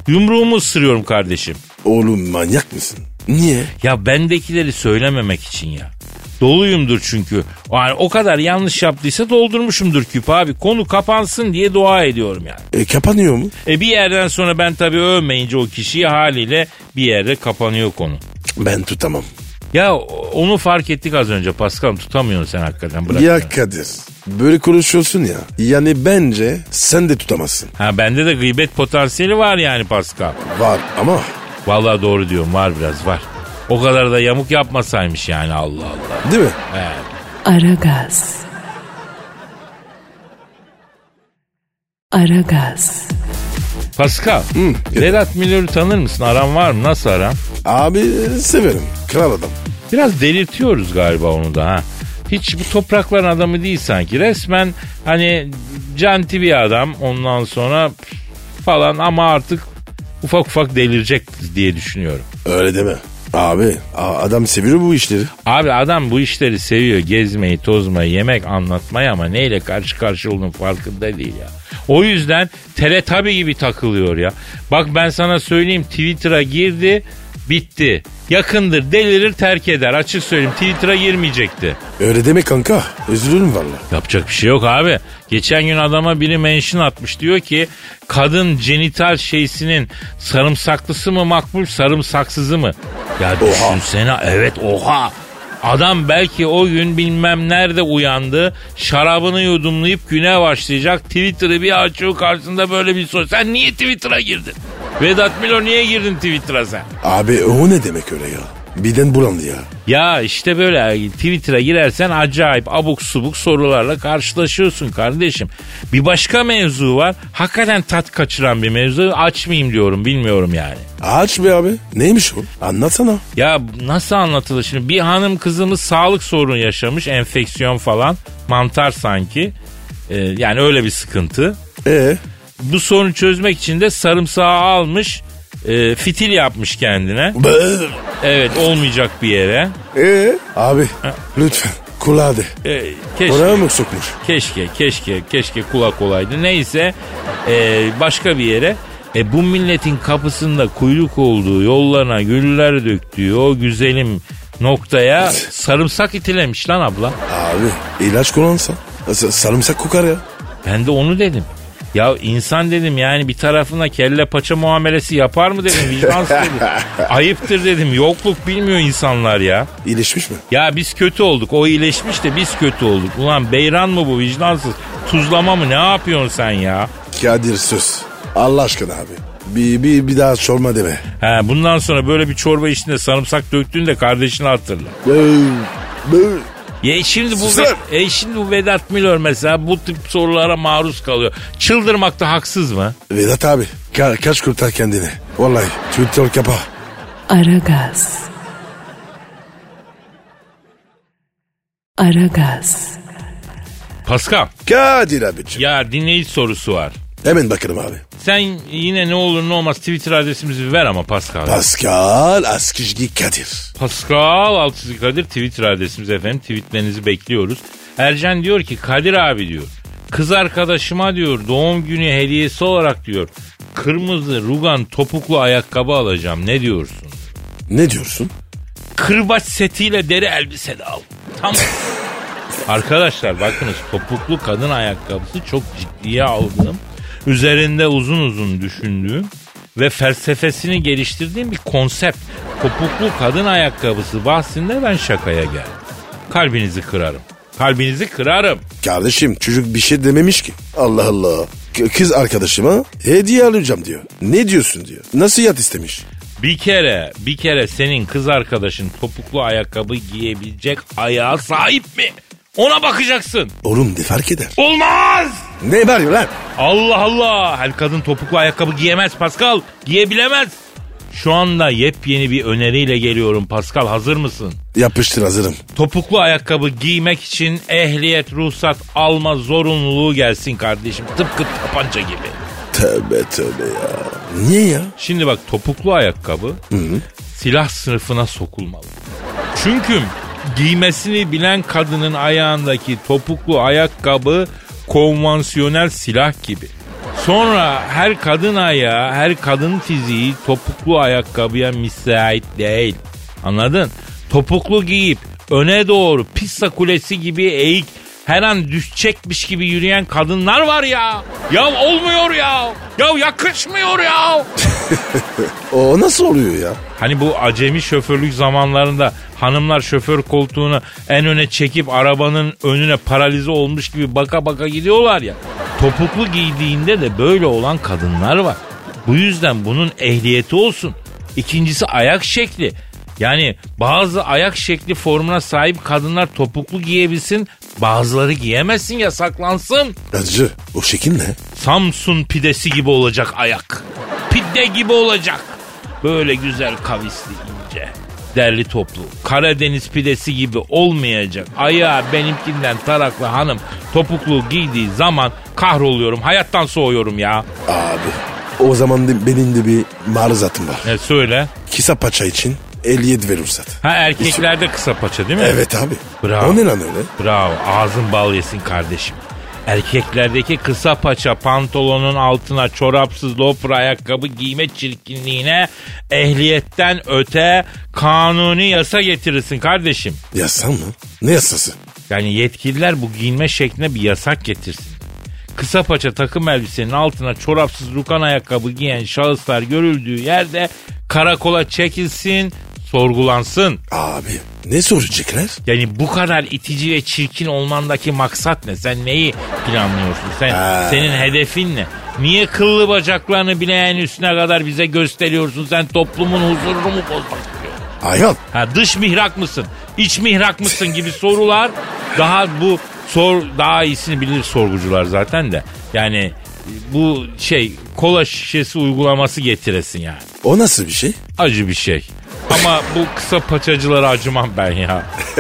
[SPEAKER 4] Yumruğumu ısırıyorum kardeşim.
[SPEAKER 3] Oğlum manyak mısın? Niye?
[SPEAKER 4] Ya bendekileri söylememek için ya. Doluyumdur çünkü. Yani o kadar yanlış yaptıysa doldurmuşumdur küp abi. Konu kapansın diye dua ediyorum yani.
[SPEAKER 3] E kapanıyor mu?
[SPEAKER 4] E bir yerden sonra ben tabii övmeyince o kişiyi haliyle bir yerde kapanıyor konu.
[SPEAKER 3] Ben tutamam.
[SPEAKER 4] Ya onu fark ettik az önce Pascal, tutamıyorsun sen hakikaten. Bırak
[SPEAKER 3] ya
[SPEAKER 4] yani.
[SPEAKER 3] Kadir böyle konuşuyorsun ya. Yani bence sen de tutamazsın.
[SPEAKER 4] Ha bende de gıybet potansiyeli var yani Pascal.
[SPEAKER 3] Var ama.
[SPEAKER 4] Vallahi doğru diyorum, var biraz var. O kadar da yamuk yapmasaymış yani, Allah Allah.
[SPEAKER 3] Değil mi?
[SPEAKER 4] Evet.
[SPEAKER 1] Aragaz. Aragaz.
[SPEAKER 4] Pascal,
[SPEAKER 3] Hı,
[SPEAKER 4] Vedat Milor'u tanır mısın? Aran var mı? Nasıl aran?
[SPEAKER 3] Abi severim. Kral adam.
[SPEAKER 4] Biraz delirtiyoruz galiba onu da ha. Hiç bu toprakların adamı değil sanki. Resmen hani canti bir adam, ondan sonra falan, ama artık ufak ufak delirecek diye düşünüyorum.
[SPEAKER 3] Öyle deme. Abi adam seviyor bu işleri.
[SPEAKER 4] Abi adam bu işleri seviyor. Gezmeyi, tozmayı, yemek anlatmayı, ama neyle karşı karşı olduğunun farkında değil ya. O yüzden Teletabi gibi takılıyor ya. Bak ben sana söyleyeyim, Twitter'a girdi, bitti. Yakındır delirir, terk eder. Açık söyleyeyim, Twitter'a girmeyecekti.
[SPEAKER 3] Öyle deme kanka. Üzülürüm valla.
[SPEAKER 4] Yapacak bir şey yok abi. Geçen gün adama biri mention atmış. Diyor ki kadın genital şeysinin sarımsaklısı mı makbul, sarımsaksızı mı? Ya düşünsene. Oha. Evet oha. Adam belki o gün bilmem nerede uyandı, şarabını yudumlayıp güne başlayacak. Twitter'ı bir açıyor, karşısında böyle bir soru. Sen niye Twitter'a girdin? Vedat Milor niye girdin Twitter'a sen?
[SPEAKER 3] Abi o ne demek öyle ya? Birden bulandı ya.
[SPEAKER 4] Ya işte böyle Twitter'a girersen acayip abuk subuk sorularla karşılaşıyorsun kardeşim. Bir başka mevzu var. Hakikaten tat kaçıran bir mevzu. Açmayayım diyorum, bilmiyorum yani.
[SPEAKER 3] Aç be abi. Neymiş o? Anlatsana.
[SPEAKER 4] Ya nasıl anlatılır şimdi? Bir hanım kızımız sağlık sorunu yaşamış. Enfeksiyon falan. Mantar sanki. Ee, yani öyle bir sıkıntı.
[SPEAKER 3] Ee?
[SPEAKER 4] Bu sorunu çözmek için de sarımsağı almış. E, fitil yapmış kendine.
[SPEAKER 3] Be-
[SPEAKER 4] Evet, olmayacak bir yere.
[SPEAKER 3] Ee? Abi lütfen kulağı de.
[SPEAKER 4] E, keşke,
[SPEAKER 3] Oraya mı sokmuş?
[SPEAKER 4] keşke, keşke, keşke kulak olaydı. Neyse e, başka bir yere. E, bu milletin kapısında kuyruk olduğu, yollarına güller döktüğü o güzelim noktaya sarımsak itilemiş lan abla.
[SPEAKER 3] Abi ilaç kullansan sarımsak kokar ya.
[SPEAKER 4] Ben de onu dedim. Ya insan dedim, yani bir tarafına kelle paça muamelesi yapar mı dedim, vicdansız dedim. Ayıptır dedim, yokluk bilmiyor insanlar ya.
[SPEAKER 3] İyileşmiş mi?
[SPEAKER 4] Ya biz kötü olduk, o iyileşmiş de biz kötü olduk. Ulan beyran mı bu, vicdansız, tuzlama mı, ne yapıyorsun sen ya? Kadir
[SPEAKER 3] söz. Allah aşkına abi. Bir, bir, bir daha çorba deme.
[SPEAKER 4] He, bundan sonra böyle bir çorba içinde sarımsak döktüğünde kardeşini hatırla.
[SPEAKER 3] Böyle, böyle.
[SPEAKER 4] Ya şimdi bu e şimdi bu Vedat Milor mesela bu tip sorulara maruz kalıyor. Çıldırmakta haksız mı?
[SPEAKER 3] Vedat abi ka- kaç kurtar kendini. Vallahi Twitter kapa.
[SPEAKER 1] Aragaz. Aragaz.
[SPEAKER 4] Pascal.
[SPEAKER 3] Kadir abicim.
[SPEAKER 4] Ya dinleyici sorusu var.
[SPEAKER 3] Hemen bakalım abi.
[SPEAKER 4] Sen yine ne olur ne olmaz Twitter adresimizi ver ama Pascal.
[SPEAKER 3] Pascal Askizgi Kadir.
[SPEAKER 4] Pascal Askizgi Kadir Twitter adresimiz efendim. Tweetlerinizi bekliyoruz. Ercan diyor ki Kadir abi diyor, kız arkadaşıma diyor doğum günü hediyesi olarak diyor kırmızı rugan topuklu ayakkabı alacağım, ne diyorsun?
[SPEAKER 3] Ne diyorsun?
[SPEAKER 4] Kırbaç setiyle deri elbise de al. Tamam. Arkadaşlar bakınız, topuklu kadın ayakkabısı çok ciddiye aldığım, üzerinde uzun uzun düşündüğüm ve felsefesini geliştirdiğim bir konsept. Topuklu kadın ayakkabısı bahsinde ben şakaya geldim. Kalbinizi kırarım. Kalbinizi kırarım.
[SPEAKER 3] Kardeşim çocuk bir şey dememiş ki. Allah Allah. K- kız arkadaşıma hediye alacağım diyor. Ne diyorsun diyor. Nasıl yat istemiş?
[SPEAKER 4] Bir kere, bir kere senin kız arkadaşın topuklu ayakkabı giyebilecek ayağa sahip mi? Ona bakacaksın.
[SPEAKER 3] Oğlum ne fark eder?
[SPEAKER 4] Olmaz.
[SPEAKER 3] Ne var ya lan?
[SPEAKER 4] Allah Allah. Her kadın topuklu ayakkabı giyemez Pascal. Giyebilemez. Şu anda yepyeni bir öneriyle geliyorum Pascal. Hazır mısın?
[SPEAKER 3] Yapıştır, hazırım.
[SPEAKER 4] Topuklu ayakkabı giymek için ehliyet, ruhsat alma zorunluluğu gelsin kardeşim. Tıpkı tapanca gibi.
[SPEAKER 3] Tövbe tövbe ya. Niye ya?
[SPEAKER 4] Şimdi bak, topuklu ayakkabı
[SPEAKER 3] Hı-hı.
[SPEAKER 4] silah sınıfına sokulmalı. Çünkü giymesini bilen kadının ayağındaki topuklu ayakkabı konvansiyonel silah gibi. Sonra her kadın ayağı, her kadın fiziği topuklu ayakkabıya müsait değil. Anladın? Topuklu giyip öne doğru pizza kulesi gibi eğik, her an düşecekmiş gibi yürüyen kadınlar var ya. Ya olmuyor ya. Ya yakışmıyor ya.
[SPEAKER 3] O nasıl oluyor ya?
[SPEAKER 4] Hani bu acemi şoförlük zamanlarında hanımlar şoför koltuğunu en öne çekip arabanın önüne paralize olmuş gibi baka baka gidiyorlar ya. Topuklu giydiğinde de böyle olan kadınlar var. Bu yüzden bunun ehliyeti olsun. İkincisi ayak şekli. Yani bazı ayak şekli formuna sahip kadınlar topuklu giyebilsin, bazıları giyemezsin, yasaklansın.
[SPEAKER 3] Hacı o şekil ne?
[SPEAKER 4] Samsun pidesi gibi olacak ayak. Pide gibi olacak. Böyle güzel kavisli ince, derli toplu. Karadeniz pidesi gibi olmayacak. Ayağı benimkinden taraklı hanım topuklu giydiği zaman kahroluyorum. Hayattan soğuyorum ya.
[SPEAKER 3] Abi o zaman de, benim de bir maruzatım var.
[SPEAKER 4] Ne söyle?
[SPEAKER 3] Kısa paça için ehliyet ve ruhsat.
[SPEAKER 4] Ha erkeklerde kısa paça değil mi?
[SPEAKER 3] Evet abi.
[SPEAKER 4] Bravo.
[SPEAKER 3] O ne lan öyle?
[SPEAKER 4] Bravo. Ağzın bal yesin kardeşim. Erkeklerdeki kısa paça pantolonun altına çorapsız loafer ayakkabı giyme çirkinliğine ehliyetten öte kanuni yasa getirirsin kardeşim.
[SPEAKER 3] Yasa mı? Ne yasası?
[SPEAKER 4] Yani yetkililer bu giyinme şekline bir yasak getirsin. Kısa paça takım elbisenin altına çorapsız rukan ayakkabı giyen şahıslar görüldüğü yerde karakola çekilsin, sorgulansın.
[SPEAKER 3] Abi ne soracaklar?
[SPEAKER 4] Yani bu kadar itici ve çirkin olmandaki maksat ne? Sen neyi planlıyorsun? Sen
[SPEAKER 3] Ha.
[SPEAKER 4] senin hedefin ne? Niye kıllı bacaklarını bileğin üstüne kadar bize gösteriyorsun? Sen toplumun huzurunu mu bozmak istiyorsun?
[SPEAKER 3] Ayhan.
[SPEAKER 4] Ha, dış mihrak mısın? İç mihrak mısın gibi sorular daha bu sor daha iyisini bilir sorgucular zaten de. Yani bu şey kola şişesi uygulaması getiresin yani.
[SPEAKER 3] O nasıl bir şey?
[SPEAKER 4] Acı bir şey. Ama bu kısa paçacılara acımam ben ya.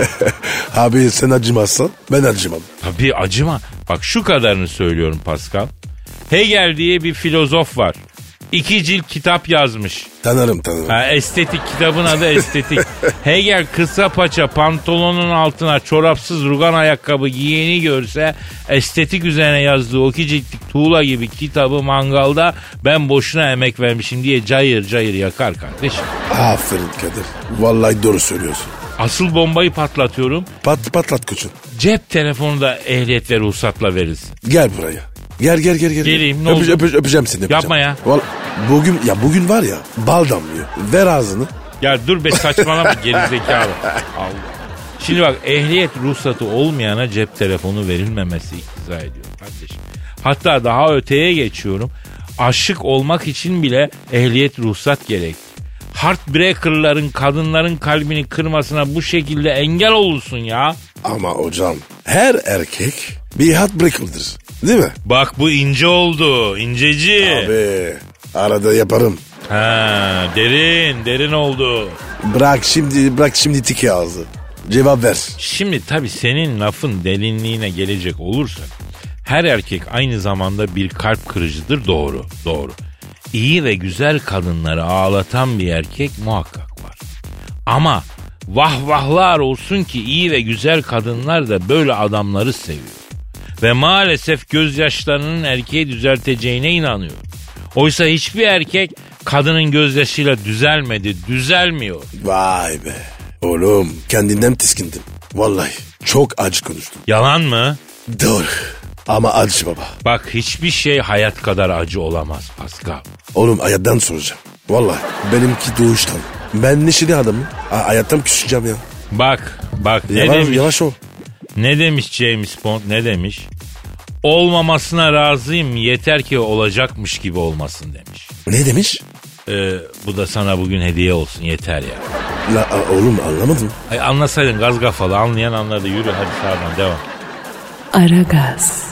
[SPEAKER 3] Abi sen acımazsan ben acımam.
[SPEAKER 4] Tabii acıma. Bak şu kadarını söylüyorum Pascal. Hegel diye bir filozof var. İki cilt kitap yazmış.
[SPEAKER 3] Tanırım tanırım.
[SPEAKER 4] Ha, estetik, kitabın adı estetik. Hegel kısa paça pantolonun altına çorapsız rugan ayakkabı giyeni görse estetik üzerine yazdığı o iki ciltlik tuğla gibi kitabı mangalda ben boşuna emek vermişim diye cayır cayır yakar kardeşim.
[SPEAKER 3] Aferin Kadir. Vallahi doğru söylüyorsun.
[SPEAKER 4] Asıl bombayı patlatıyorum.
[SPEAKER 3] Pat patlat koçum.
[SPEAKER 4] Cep telefonu da ehliyet ve ruhsatla verilsin.
[SPEAKER 3] Gel buraya. Gel gel gel gel.
[SPEAKER 4] Geleyim, ne
[SPEAKER 3] Öpüce-
[SPEAKER 4] oldu?
[SPEAKER 3] öpüce- öpeceğim seni. Öpeceğim.
[SPEAKER 4] Yapma ya.
[SPEAKER 3] Vallahi, bugün ya bugün var ya bal damlıyor. Ver ağzını.
[SPEAKER 4] Ya dur be saçmalama gerizekalı. Allah. Şimdi bak ehliyet ruhsatı olmayana cep telefonu verilmemesi iktiza ediyor kardeşim. Hatta daha öteye geçiyorum. Aşık olmak için bile ehliyet ruhsat gerek. Heartbreaker'ların kadınların kalbini kırmasına bu şekilde engel olursun ya.
[SPEAKER 3] Ama hocam her erkek bir heartbreaker'dır. Değil mi?
[SPEAKER 4] Bak bu ince oldu. İnceci.
[SPEAKER 3] Abi arada yaparım.
[SPEAKER 4] Ha, derin derin oldu.
[SPEAKER 3] Bırak şimdi bırak şimdi tiki ağzı. Cevap ver.
[SPEAKER 4] Şimdi tabii senin lafın derinliğine gelecek olursak her erkek aynı zamanda bir kalp kırıcıdır, doğru doğru. İyi ve güzel kadınları ağlatan bir erkek muhakkak var. Ama vah vahlar olsun ki iyi ve güzel kadınlar da böyle adamları seviyor. Ve maalesef gözyaşlarının erkeği düzelteceğine inanıyor. Oysa hiçbir erkek kadının gözyaşıyla düzelmedi, düzelmiyor.
[SPEAKER 3] Vay be. Oğlum kendinden tiskindim. Vallahi çok acı konuştum.
[SPEAKER 4] Yalan mı?
[SPEAKER 3] Doğru. Ama acı baba.
[SPEAKER 4] Bak hiçbir şey hayat kadar acı olamaz Pascal.
[SPEAKER 3] Oğlum hayattan soracağım. Vallahi benimki doğuştan. Ben neşeli adamım. Ha, hayattan küseceğim ya.
[SPEAKER 4] Bak bak ne
[SPEAKER 3] Yavaş,
[SPEAKER 4] demiş?
[SPEAKER 3] yavaş ol.
[SPEAKER 4] Ne demiş James Bond, ne demiş? Olmamasına razıyım, yeter ki olacakmış gibi olmasın demiş.
[SPEAKER 3] Ne demiş?
[SPEAKER 4] Ee, bu da sana bugün hediye olsun, yeter ya.
[SPEAKER 3] La, a, oğlum anlamadım.
[SPEAKER 4] Ay, anlasaydın gaz kafalı, anlayan anladı, yürü hadi sağdan devam.
[SPEAKER 1] Aragaz.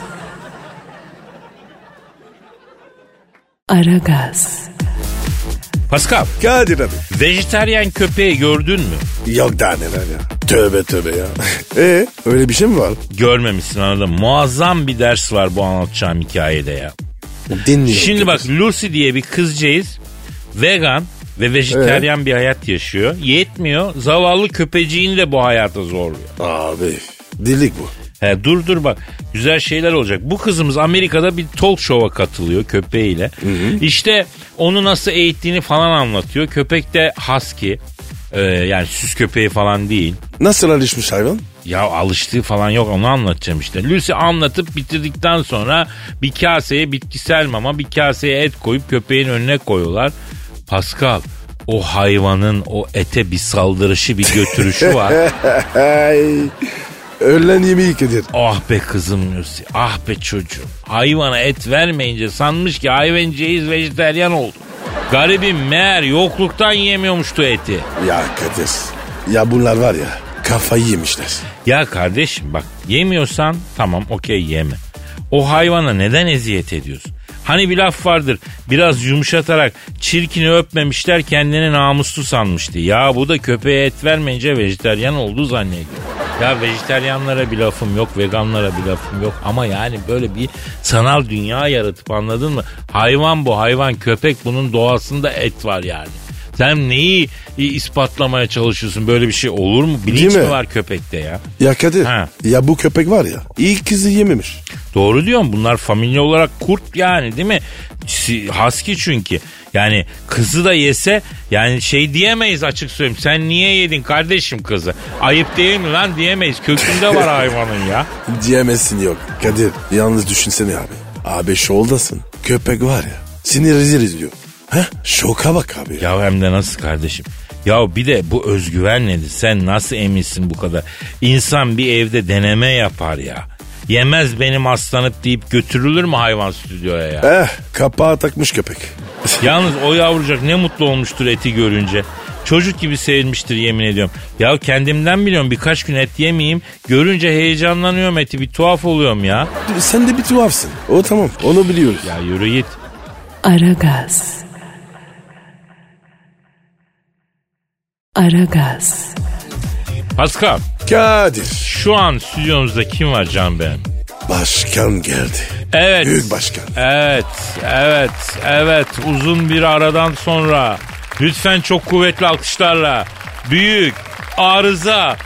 [SPEAKER 1] Aragaz.
[SPEAKER 4] Pascal,
[SPEAKER 3] Kadir abi.
[SPEAKER 4] vejetaryen köpeği gördün mü?
[SPEAKER 3] Yok daha neler ya. Tövbe tövbe ya. Eee öyle bir şey mi var?
[SPEAKER 4] Görmemişsin, anladım. Muazzam bir ders var bu anlatacağım hikayede ya.
[SPEAKER 3] Dinliyorum.
[SPEAKER 4] Şimdi bak, Lucy diye bir kızcağız vegan ve vejetaryen bir hayat yaşıyor. Yetmiyor, zavallı köpeciğini de bu hayata zorluyor.
[SPEAKER 3] Abi delilik bu.
[SPEAKER 4] He, dur dur bak. güzel şeyler olacak. Bu kızımız Amerika'da bir talk show'a katılıyor köpeğiyle. Hı hı. İşte onu nasıl eğittiğini falan anlatıyor. Köpek de husky. Ee, yani süs köpeği falan değil.
[SPEAKER 3] Nasıl alışmış hayvan?
[SPEAKER 4] Ya alıştığı falan yok, onu anlatacağım işte. Lucy anlatıp bitirdikten sonra bir kaseye bitkisel mama, bir kaseye et koyup köpeğin önüne koyuyorlar. Pascal, o hayvanın o ete bir saldırışı, bir götürüşü var.
[SPEAKER 3] Öğlen yemeği Kadir.
[SPEAKER 4] Ah be kızım Lucy, ah be çocuğum. Hayvana et vermeyince sanmış ki hayvancağız vejeteryan oldu. Garibim meğer yokluktan yemiyormuştu eti.
[SPEAKER 3] Ya Kadir, ya bunlar var ya kafayı yemişler.
[SPEAKER 4] Ya kardeşim bak, yemiyorsan tamam okey yeme. O hayvana neden eziyet ediyorsun? Hani bir laf vardır, biraz yumuşatarak çirkini öpmemişler kendini namuslu sanmıştı. Ya bu da köpeğe et vermeyince vejeteryan oldu zannediyor. Ya vejeteryanlara bir lafım yok, veganlara bir lafım yok. Ama yani böyle bir sanal dünya yaratıp, anladın mı? Hayvan bu, hayvan, köpek, bunun doğasında et var yani. Sen neyi ispatlamaya çalışıyorsun? Böyle bir şey olur mu? Bilinç mi? mi var köpekte ya?
[SPEAKER 3] Ya Kadir,
[SPEAKER 4] ha.
[SPEAKER 3] ya bu köpek var ya ilk kızı yememiş.
[SPEAKER 4] Doğru diyorum, bunlar familya olarak kurt yani, değil mi? Husky çünkü. Yani kızı da yese yani şey diyemeyiz, açık söyleyeyim. Sen niye yedin kardeşim kızı? Ayıp değil mi lan diyemeyiz. Kökünde var hayvanın ya.
[SPEAKER 3] Diyemezsin yok. Kadir yalnız düşünsene abi. Abi şoldasın. Köpek var ya seni rezil ediyor. Heh, şoka bak abi.
[SPEAKER 4] Ya. ya hem de nasıl kardeşim? Ya bir de bu özgüven nedir? Sen nasıl eminsin bu kadar? İnsan bir evde deneme yapar ya. Yemez benim aslanıp deyip götürülür mü hayvan stüdyoya ya?
[SPEAKER 3] Eh, kapağı takmış köpek.
[SPEAKER 4] Yalnız o yavrucak ne mutlu olmuştur eti görünce. Çocuk gibi sevinmiştir yemin ediyorum. Ya kendimden biliyorum, birkaç gün et yemeyeyim. Görünce heyecanlanıyorum, eti bir tuhaf oluyorum ya.
[SPEAKER 3] Sen de bir tuhafsın. O tamam, onu biliyoruz.
[SPEAKER 4] Ya yürü git.
[SPEAKER 1] Aragaz. Aragaz.
[SPEAKER 4] Pascal.
[SPEAKER 3] Kadir.
[SPEAKER 4] Şu an stüdyomuzda kim var can benim?
[SPEAKER 3] Başkan geldi.
[SPEAKER 4] Evet.
[SPEAKER 3] Büyük başkan.
[SPEAKER 4] Evet, evet, evet. Uzun bir aradan sonra lütfen çok kuvvetli alkışlarla büyük, arıza,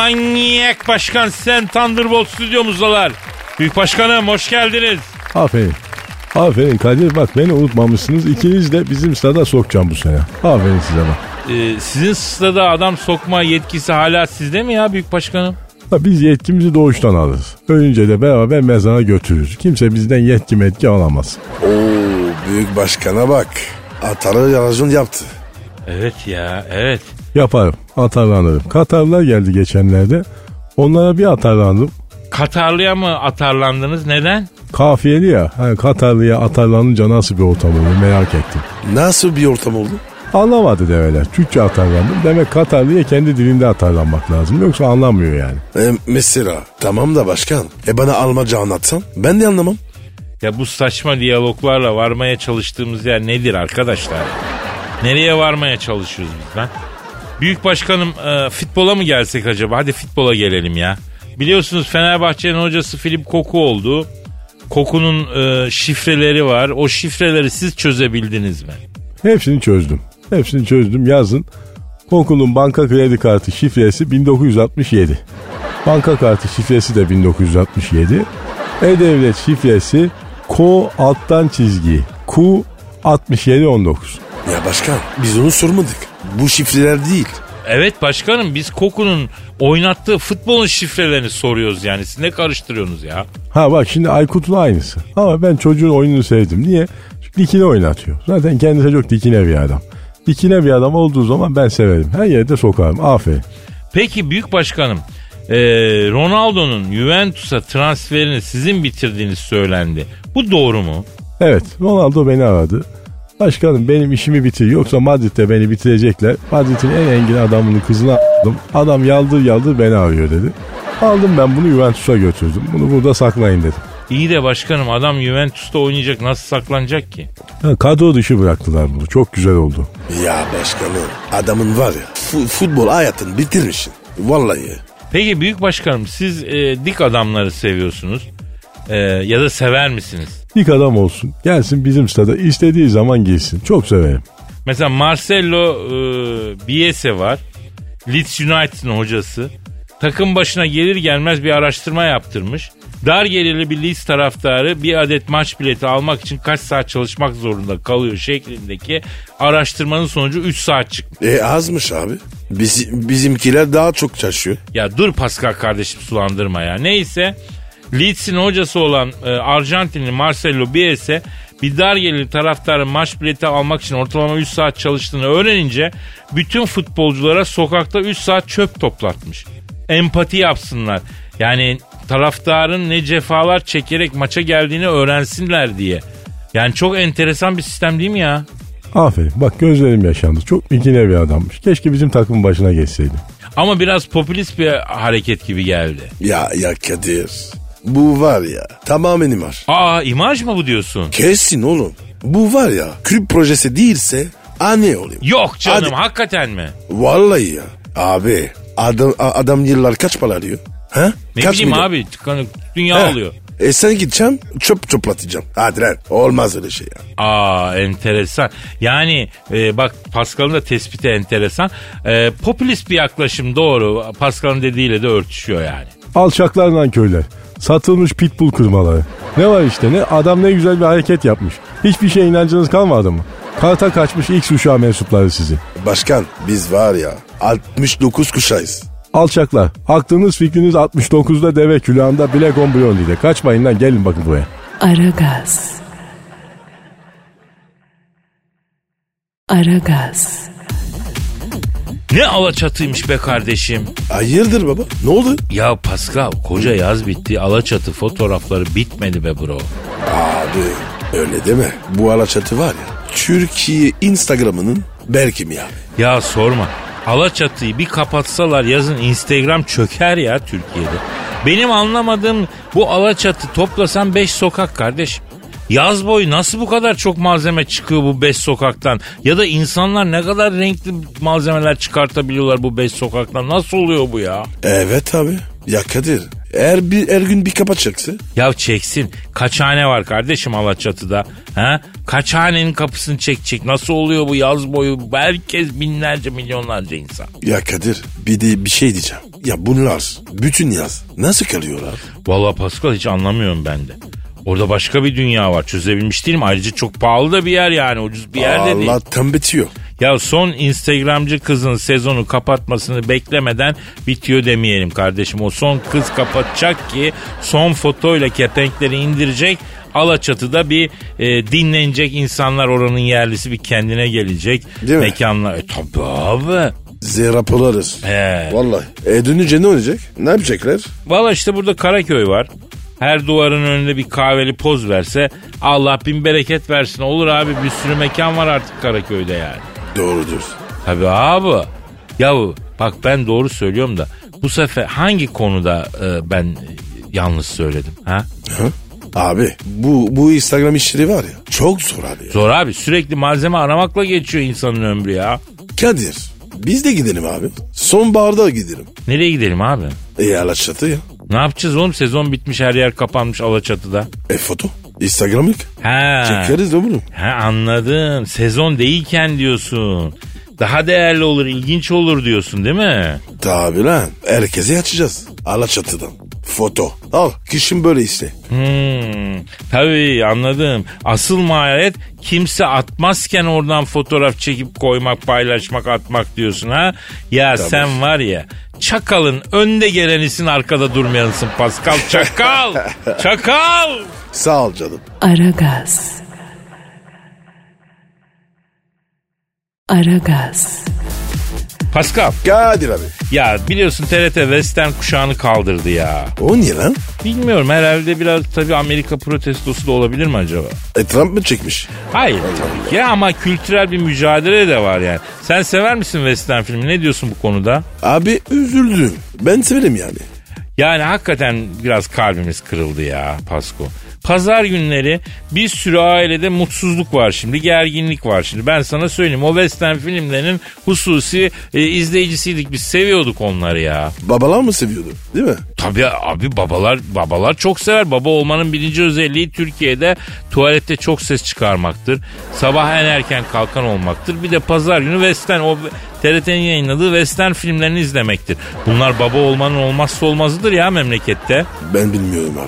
[SPEAKER 4] manyak başkan Sen Thunderbolt stüdyomuzdalar. Büyük başkanım hoş geldiniz.
[SPEAKER 5] Aferin. Aferin Kadir, bak beni unutmamışsınız. İkiniz de bizim stada sokacağım bu sene. Aferin size bak.
[SPEAKER 4] Ee, sizin stada adam sokma yetkisi hala sizde mi ya büyük başkanım?
[SPEAKER 5] Ha, biz yetkimizi doğuştan alırız. Ölünce de beraber mezara götürürüz. Kimse bizden yetki metki alamaz.
[SPEAKER 3] Oo, büyük başkana bak. Atarı yaracın yaptı.
[SPEAKER 4] Evet ya, evet.
[SPEAKER 5] Yaparım, atarlanırım. Katarlar geldi geçenlerde. Onlara bir atarlandım.
[SPEAKER 4] Katarlıya mı atarlandınız? Neden?
[SPEAKER 5] Kafiyeli ya. Hani Katarlıya atarlanınca nasıl bir ortam olur merak ettim.
[SPEAKER 3] Nasıl bir ortam oldu?
[SPEAKER 5] Anlamadı develer. Türkçe atarlandım. Demek Katarlıya kendi dilinde atarlanmak lazım. Yoksa anlamıyor yani.
[SPEAKER 3] E, mesela tamam da başkan. E bana Almanca anlatsan ben de anlamam.
[SPEAKER 4] Ya bu saçma diyaloglarla varmaya çalıştığımız yer nedir arkadaşlar? Nereye varmaya çalışıyoruz biz lan? Büyük başkanım e, futbola mı gelsek acaba? Hadi futbola gelelim ya. Biliyorsunuz Fenerbahçe'nin hocası Filip Koku oldu. Koku'nun e, şifreleri var. O şifreleri siz çözebildiniz mi?
[SPEAKER 5] Hepsini çözdüm. Hepsini çözdüm. Yazın. Koku'nun banka kredi kartı şifresi bin dokuz yüz altmış yedi. Banka kartı şifresi de bin dokuz yüz altmış yedi. E-Devlet şifresi Ko alttan çizgi Q altmış yedi on dokuz.
[SPEAKER 3] Ya başkan biz onu sormadık. Bu şifreler değil.
[SPEAKER 4] Evet başkanım, biz Koku'nun oynattığı futbolun şifrelerini soruyoruz yani. Siz ne karıştırıyorsunuz ya?
[SPEAKER 5] Ha bak şimdi Aykut'un aynısı. Ama ben çocuğun oyununu sevdim. Niye? Çünkü dikine oynatıyor. Zaten kendisi çok dikine bir adam. Dikine bir adam olduğu zaman ben severim. Her yerde sokarım. Aferin.
[SPEAKER 4] Peki büyük başkanım, ee, Ronaldo'nun Juventus'a transferini sizin bitirdiğiniz söylendi. Bu doğru mu?
[SPEAKER 5] Evet, Ronaldo beni aradı. Başkanım benim işimi bitir, yoksa Madrid'de beni bitirecekler. Madrid'in en engin adamının kızını aldım. Adam yaldır yaldır beni arıyor dedi. Aldım ben bunu Juventus'a götürdüm. Bunu burada saklayın dedim.
[SPEAKER 4] İyi de başkanım, adam Juventus'ta oynayacak, nasıl saklanacak ki?
[SPEAKER 5] Ha, kadro dışı bıraktılar bunu. Çok güzel oldu.
[SPEAKER 3] Ya başkanım adamın var ya f- futbol hayatını bitirmişsin. Vallahi.
[SPEAKER 4] Peki büyük başkanım, siz e, dik adamları seviyorsunuz. E, ya da sever misiniz?
[SPEAKER 5] Dik adam olsun. Gelsin bizim stada, istediği zaman girsin. Çok severim.
[SPEAKER 4] Mesela Marcelo e, Bielsa var. Leeds United'ın hocası. Takım başına gelir gelmez bir araştırma yaptırmış. Dar gelirli bir Leeds taraftarı bir adet maç bileti almak için kaç saat çalışmak zorunda kalıyor şeklindeki araştırmanın sonucu üç saat çıktı.
[SPEAKER 3] E azmış abi. Biz, bizimkiler daha çok çalışıyor.
[SPEAKER 4] Ya dur Pascal kardeşim, sulandırma ya. Neyse, Leeds'in hocası olan e, Arjantinli Marcelo Bielsa bir dar gelirli taraftarın maç bileti almak için ortalama üç saat çalıştığını öğrenince bütün futbolculara sokakta üç saat çöp toplatmış. Empati yapsınlar. Yani taraftarın ne cefalar çekerek maça geldiğini öğrensinler diye. Yani çok enteresan bir sistem değil mi ya?
[SPEAKER 5] Aferin. Bak gözlerim yaşandı. Çok mikine bir adammış. Keşke bizim takımın başına geçseydi.
[SPEAKER 4] Ama biraz popülist bir hareket gibi geldi.
[SPEAKER 3] Ya ya Kadir. Bu var ya tamamen imaj.
[SPEAKER 4] Aa, imaj mı bu diyorsun?
[SPEAKER 3] Kesin oğlum. Bu var ya kulüp projesi değilse anne olayım.
[SPEAKER 4] Yok canım,
[SPEAKER 3] Hadi.
[SPEAKER 4] Hakikaten mi?
[SPEAKER 3] Vallahi ya. Abi adam adam yıllar kaç para alıyor? Ha?
[SPEAKER 4] Ne
[SPEAKER 3] kaç
[SPEAKER 4] bileyim
[SPEAKER 3] milyon?
[SPEAKER 4] abi, dünya
[SPEAKER 3] Ha.
[SPEAKER 4] oluyor.
[SPEAKER 3] E sen gideceksin çöp çöplatacağım. Hadi lan olmaz öyle şey ya.
[SPEAKER 4] Aa, enteresan. Yani e, bak Pascal'ın da tespiti enteresan. E, popülist bir yaklaşım, doğru. Pascal'ın dediğiyle de örtüşüyor yani.
[SPEAKER 5] Alçaklar nankörler. Satılmış pitbull kırmaları. Ne var işte ne? Adam ne güzel bir hareket yapmış. Hiçbir şeye inancınız kalmadı mı? Karta kaçmış X uşağı mensupları sizi.
[SPEAKER 3] Başkan biz var ya altmış dokuz kuşağıyız.
[SPEAKER 5] Alçaklar. Aklınız fikriniz altmış dokuzda deve külahında Black on Blondie'de. Kaçmayın lan, gelin bakın buraya.
[SPEAKER 1] Aragaz. Aragaz.
[SPEAKER 4] Ne alaçatıymış be kardeşim.
[SPEAKER 3] Hayırdır baba ne oldu?
[SPEAKER 4] Ya Pascal, koca yaz bitti, Alaçatı fotoğrafları bitmedi be bro.
[SPEAKER 3] Abi öyle deme. Bu Alaçatı var ya Türkiye Instagram'ının belki mi ya?
[SPEAKER 4] Ya sorma. Alaçatı'yı bir kapatsalar yazın Instagram çöker ya Türkiye'de. Benim anlamadığım, bu Alaçatı toplasan beş sokak kardeşim. Yaz boyu nasıl bu kadar çok malzeme çıkıyor bu beş sokaktan? Ya da insanlar ne kadar renkli malzemeler çıkartabiliyorlar bu beş sokaktan? Nasıl oluyor bu ya?
[SPEAKER 3] Evet abi. Ya Kadir eğer bir her gün bir kapatacaksın.
[SPEAKER 4] Ya çeksin. Kaç hane var kardeşim Alaçatı'da? Ha? Kaç hanenin kapısını çekecek? Nasıl oluyor bu yaz boyu? Herkes, binlerce milyonlarca insan.
[SPEAKER 3] Ya Kadir bir de bir şey diyeceğim. Ya bunlar bütün yaz nasıl kalıyorlar?
[SPEAKER 4] Vallahi Pascal, hiç anlamıyorum ben de. Orada başka bir dünya var, çözebilmiş değilim. Ayrıca çok pahalı da bir yer yani, ucuz bir yer de değil.
[SPEAKER 3] Allah'tan bitiyor.
[SPEAKER 4] Ya son Instagramcı kızın sezonu kapatmasını beklemeden bitiyor demeyelim kardeşim. O son kız kapatacak ki son fotoyla kepenkleri indirecek. Alaçatı'da bir e, dinlenecek, insanlar, oranın yerlisi bir kendine gelecek.
[SPEAKER 3] Değil mi?
[SPEAKER 4] Mekanlar. E tabi abi.
[SPEAKER 3] Z raporlarız.
[SPEAKER 4] He.
[SPEAKER 3] Vallahi. E dönünce ne olacak? Ne yapacaklar?
[SPEAKER 4] Valla işte burada Karaköy var. Her duvarın önünde bir kahveli poz verse Allah bin bereket versin. Olur abi, bir sürü mekan var artık Karaköy'de yani.
[SPEAKER 3] Doğrudur.
[SPEAKER 4] Tabii abi. Yahu bak, ben doğru söylüyorum da bu sefer hangi konuda e, ben yanlış söyledim ha?
[SPEAKER 3] Hı? Abi bu bu Instagram işleri var ya çok zor abi. Ya.
[SPEAKER 4] Zor abi, sürekli malzeme aramakla geçiyor insanın ömrü ya.
[SPEAKER 3] Kadir biz de gidelim abi. Sonbaharda gidelim.
[SPEAKER 4] Nereye gidelim abi?
[SPEAKER 3] E Alaçatı ya.
[SPEAKER 4] Ne yapacağız oğlum, sezon bitmiş, her yer kapanmış Alaçatı'da.
[SPEAKER 3] E foto. Instagram'lık.
[SPEAKER 4] Ha.
[SPEAKER 3] Çekeriz oğlum.
[SPEAKER 4] Ha, anladım. Sezon değilken diyorsun. Daha değerli olur, ilginç olur diyorsun değil mi?
[SPEAKER 3] Tabii lan. Herkese açacağız. Alaçatı'dan. Foto. Al kışın böyle işte.
[SPEAKER 4] Hmm, tabii anladım. Asıl mahiyet kimse atmazken oradan fotoğraf çekip koymak, paylaşmak, atmak diyorsun ha? Ya
[SPEAKER 3] tabii.
[SPEAKER 4] Sen var ya, çakalın önde gelenisin, arkada durmayanısın Pascal. Çakal! Çakal!
[SPEAKER 3] Sağ ol canım.
[SPEAKER 1] Aragaz. Aragaz.
[SPEAKER 4] Pascal,
[SPEAKER 3] Kadir abi.
[SPEAKER 4] ya biliyorsun T R T Western kuşağını kaldırdı ya.
[SPEAKER 3] O niye lan?
[SPEAKER 4] Bilmiyorum, herhalde biraz tabii Amerika protestosu da olabilir mi acaba?
[SPEAKER 3] E Trump mı çekmiş?
[SPEAKER 4] Hayır tabii ki, ama kültürel bir mücadele de var yani. Sen sever misin Western filmi? Ne diyorsun bu konuda?
[SPEAKER 3] Abi üzüldüm. Ben severim yani.
[SPEAKER 4] Yani hakikaten biraz kalbimiz kırıldı ya Pasko. Pazar günleri bir sürü ailede mutsuzluk var şimdi, gerginlik var şimdi. Ben sana söyleyeyim, o western filmlerinin hususi e, izleyicisiydik, biz seviyorduk onları ya.
[SPEAKER 3] Babalar mı seviyordu değil mi?
[SPEAKER 4] Tabii abi, babalar babalar çok sever. Baba olmanın birinci özelliği Türkiye'de tuvalette çok ses çıkarmaktır. Sabah en erken kalkan olmaktır. Bir de pazar günü western, o T R T'nin yayınladığı western filmlerini izlemektir. Bunlar baba olmanın olmazsa olmazıdır ya memlekette.
[SPEAKER 3] Ben bilmiyorum abi.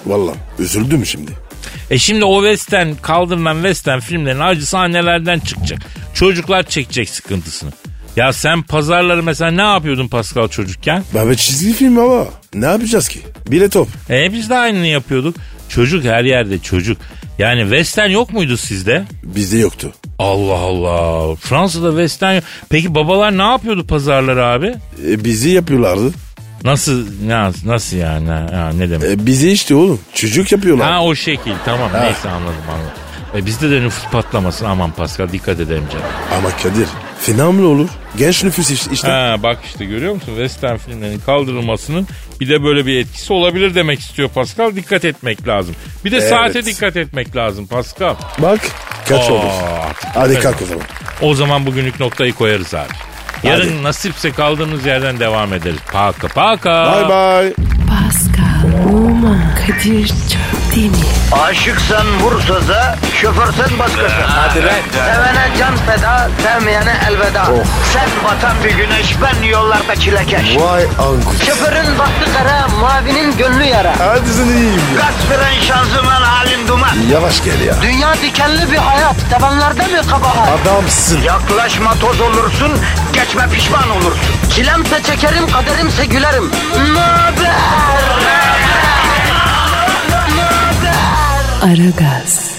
[SPEAKER 3] Vallahi üzüldüm şimdi.
[SPEAKER 4] E şimdi o western, kaldırılan western filmlerin acı sahnelerden çıkacak. Çocuklar çekecek sıkıntısını. Ya sen pazarları mesela ne yapıyordun Pascal çocukken?
[SPEAKER 3] Baba çizgi film ama ne yapacağız ki? Bile top.
[SPEAKER 4] E biz de aynını yapıyorduk. Çocuk her yerde çocuk. Yani western yok muydu sizde?
[SPEAKER 3] Bizde yoktu.
[SPEAKER 4] Allah Allah. Fransa'da western yok. Peki babalar ne yapıyordu pazarları abi?
[SPEAKER 3] E, bizi yapıyorlardı.
[SPEAKER 4] Nasıl ne, nasıl yani? Ha, ne demek?
[SPEAKER 3] E, bizi işte oğlum. Çocuk yapıyorlar.
[SPEAKER 4] Ha o şekil tamam
[SPEAKER 3] Ha.
[SPEAKER 4] neyse anladım anladım. E, bizde de nüfus patlamasın aman Pascal dikkat edelim canım.
[SPEAKER 3] Ama Kadir fena mı olur? Genç nüfus işte. işte.
[SPEAKER 4] Ha bak işte görüyor musun? Western filmlerinin kaldırılmasının bir de böyle bir etkisi olabilir demek istiyor Pascal. Dikkat etmek lazım. Bir de
[SPEAKER 3] Evet.
[SPEAKER 4] saate dikkat etmek lazım Pascal.
[SPEAKER 3] Bak kaç
[SPEAKER 4] Aa,
[SPEAKER 3] oldu.
[SPEAKER 4] artık
[SPEAKER 3] Hadi
[SPEAKER 4] dikkat
[SPEAKER 3] kalk
[SPEAKER 4] et.
[SPEAKER 3] o zaman.
[SPEAKER 4] O zaman bugünlük noktayı koyarız abi. Yarın
[SPEAKER 3] Hadi.
[SPEAKER 4] nasipse kaldığımız yerden devam ederiz. Paka paka.
[SPEAKER 3] Bye bye.
[SPEAKER 1] Pascal, Oman, Kadir çok değil mi?
[SPEAKER 2] Aşıksan vursa da, şoförsen başkasın. Hadi
[SPEAKER 3] lan.
[SPEAKER 2] Sevene can feda, sevmeyene elveda. Sen batan bir güneş, ben yollarda çilekeş.
[SPEAKER 3] Vay anku.
[SPEAKER 2] Şoförün baktı kara, mavinin gönlü yara.
[SPEAKER 3] Hadi sen iyiyim ya.
[SPEAKER 2] Kasperen şanzıman halin duman.
[SPEAKER 3] Yavaş gel ya.
[SPEAKER 2] Dünya dikenli bir hayat, sevenlerde mi kabahar?
[SPEAKER 3] Adamsın.
[SPEAKER 2] Yaklaşma toz olursun, geçme pişman olursun. Çilemse çekerim, kaderimse gülerim. Möber!
[SPEAKER 1] Aragaz.